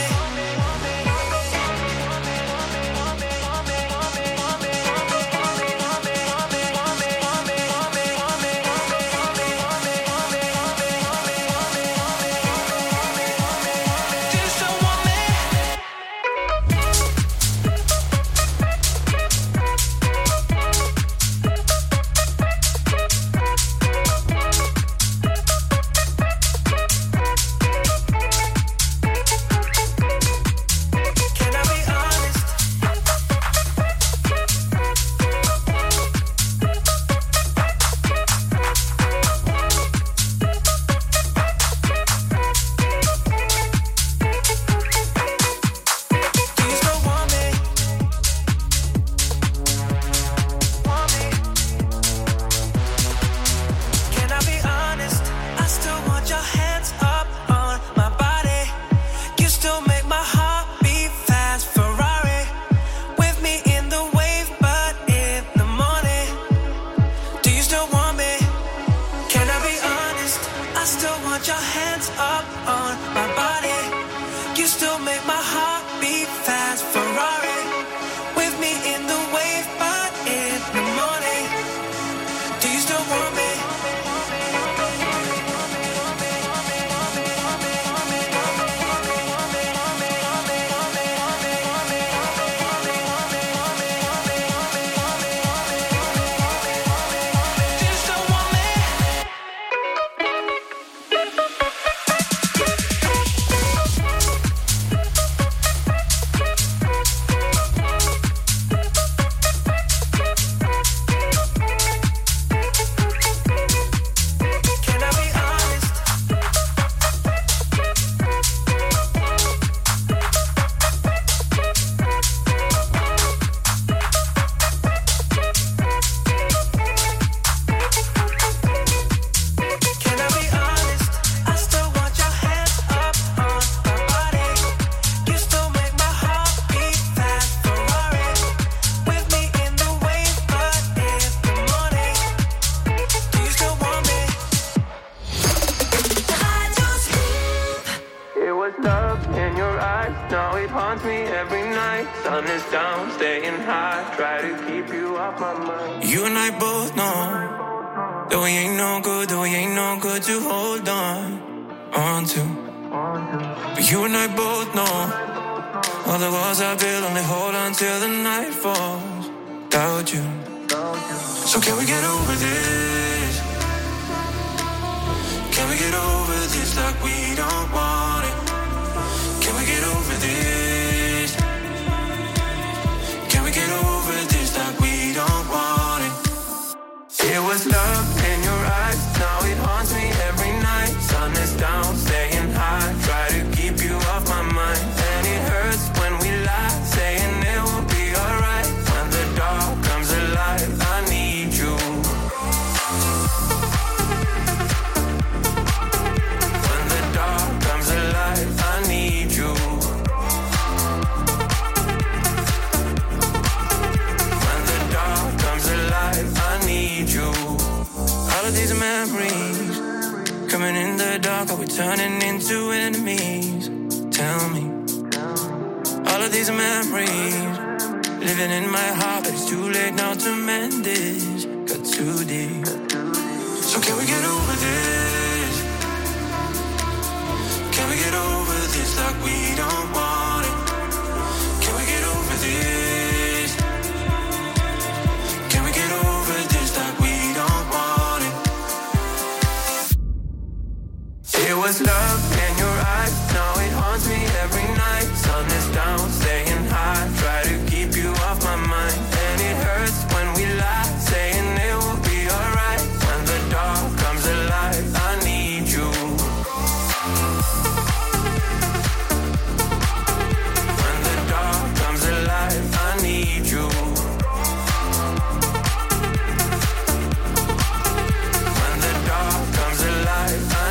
sun is down, staying high, try to keep you off my mind. You and I both know that we ain't no good, that we ain't no good to hold on, on to. But you and I both know all the walls I build only hold on till the night falls. Without you. So can we get over this? Can we get over this like we don't want it? Can we get over this? Can we get over this like we don't want it? It was love in your eyes, now it haunts me every night. Sun is down, staying high, try to keep you off my mind. And it hurts when we lie, saying it will be alright. When the dark comes alive, I need you. When the dark comes alive, I need you. When the dark comes alive, I need you. All of these memories coming in the dark, are we turning into enemies? Tell me. All of these memories living in my heart, but it's too late now to mend this. Got too deep. So can we get over this?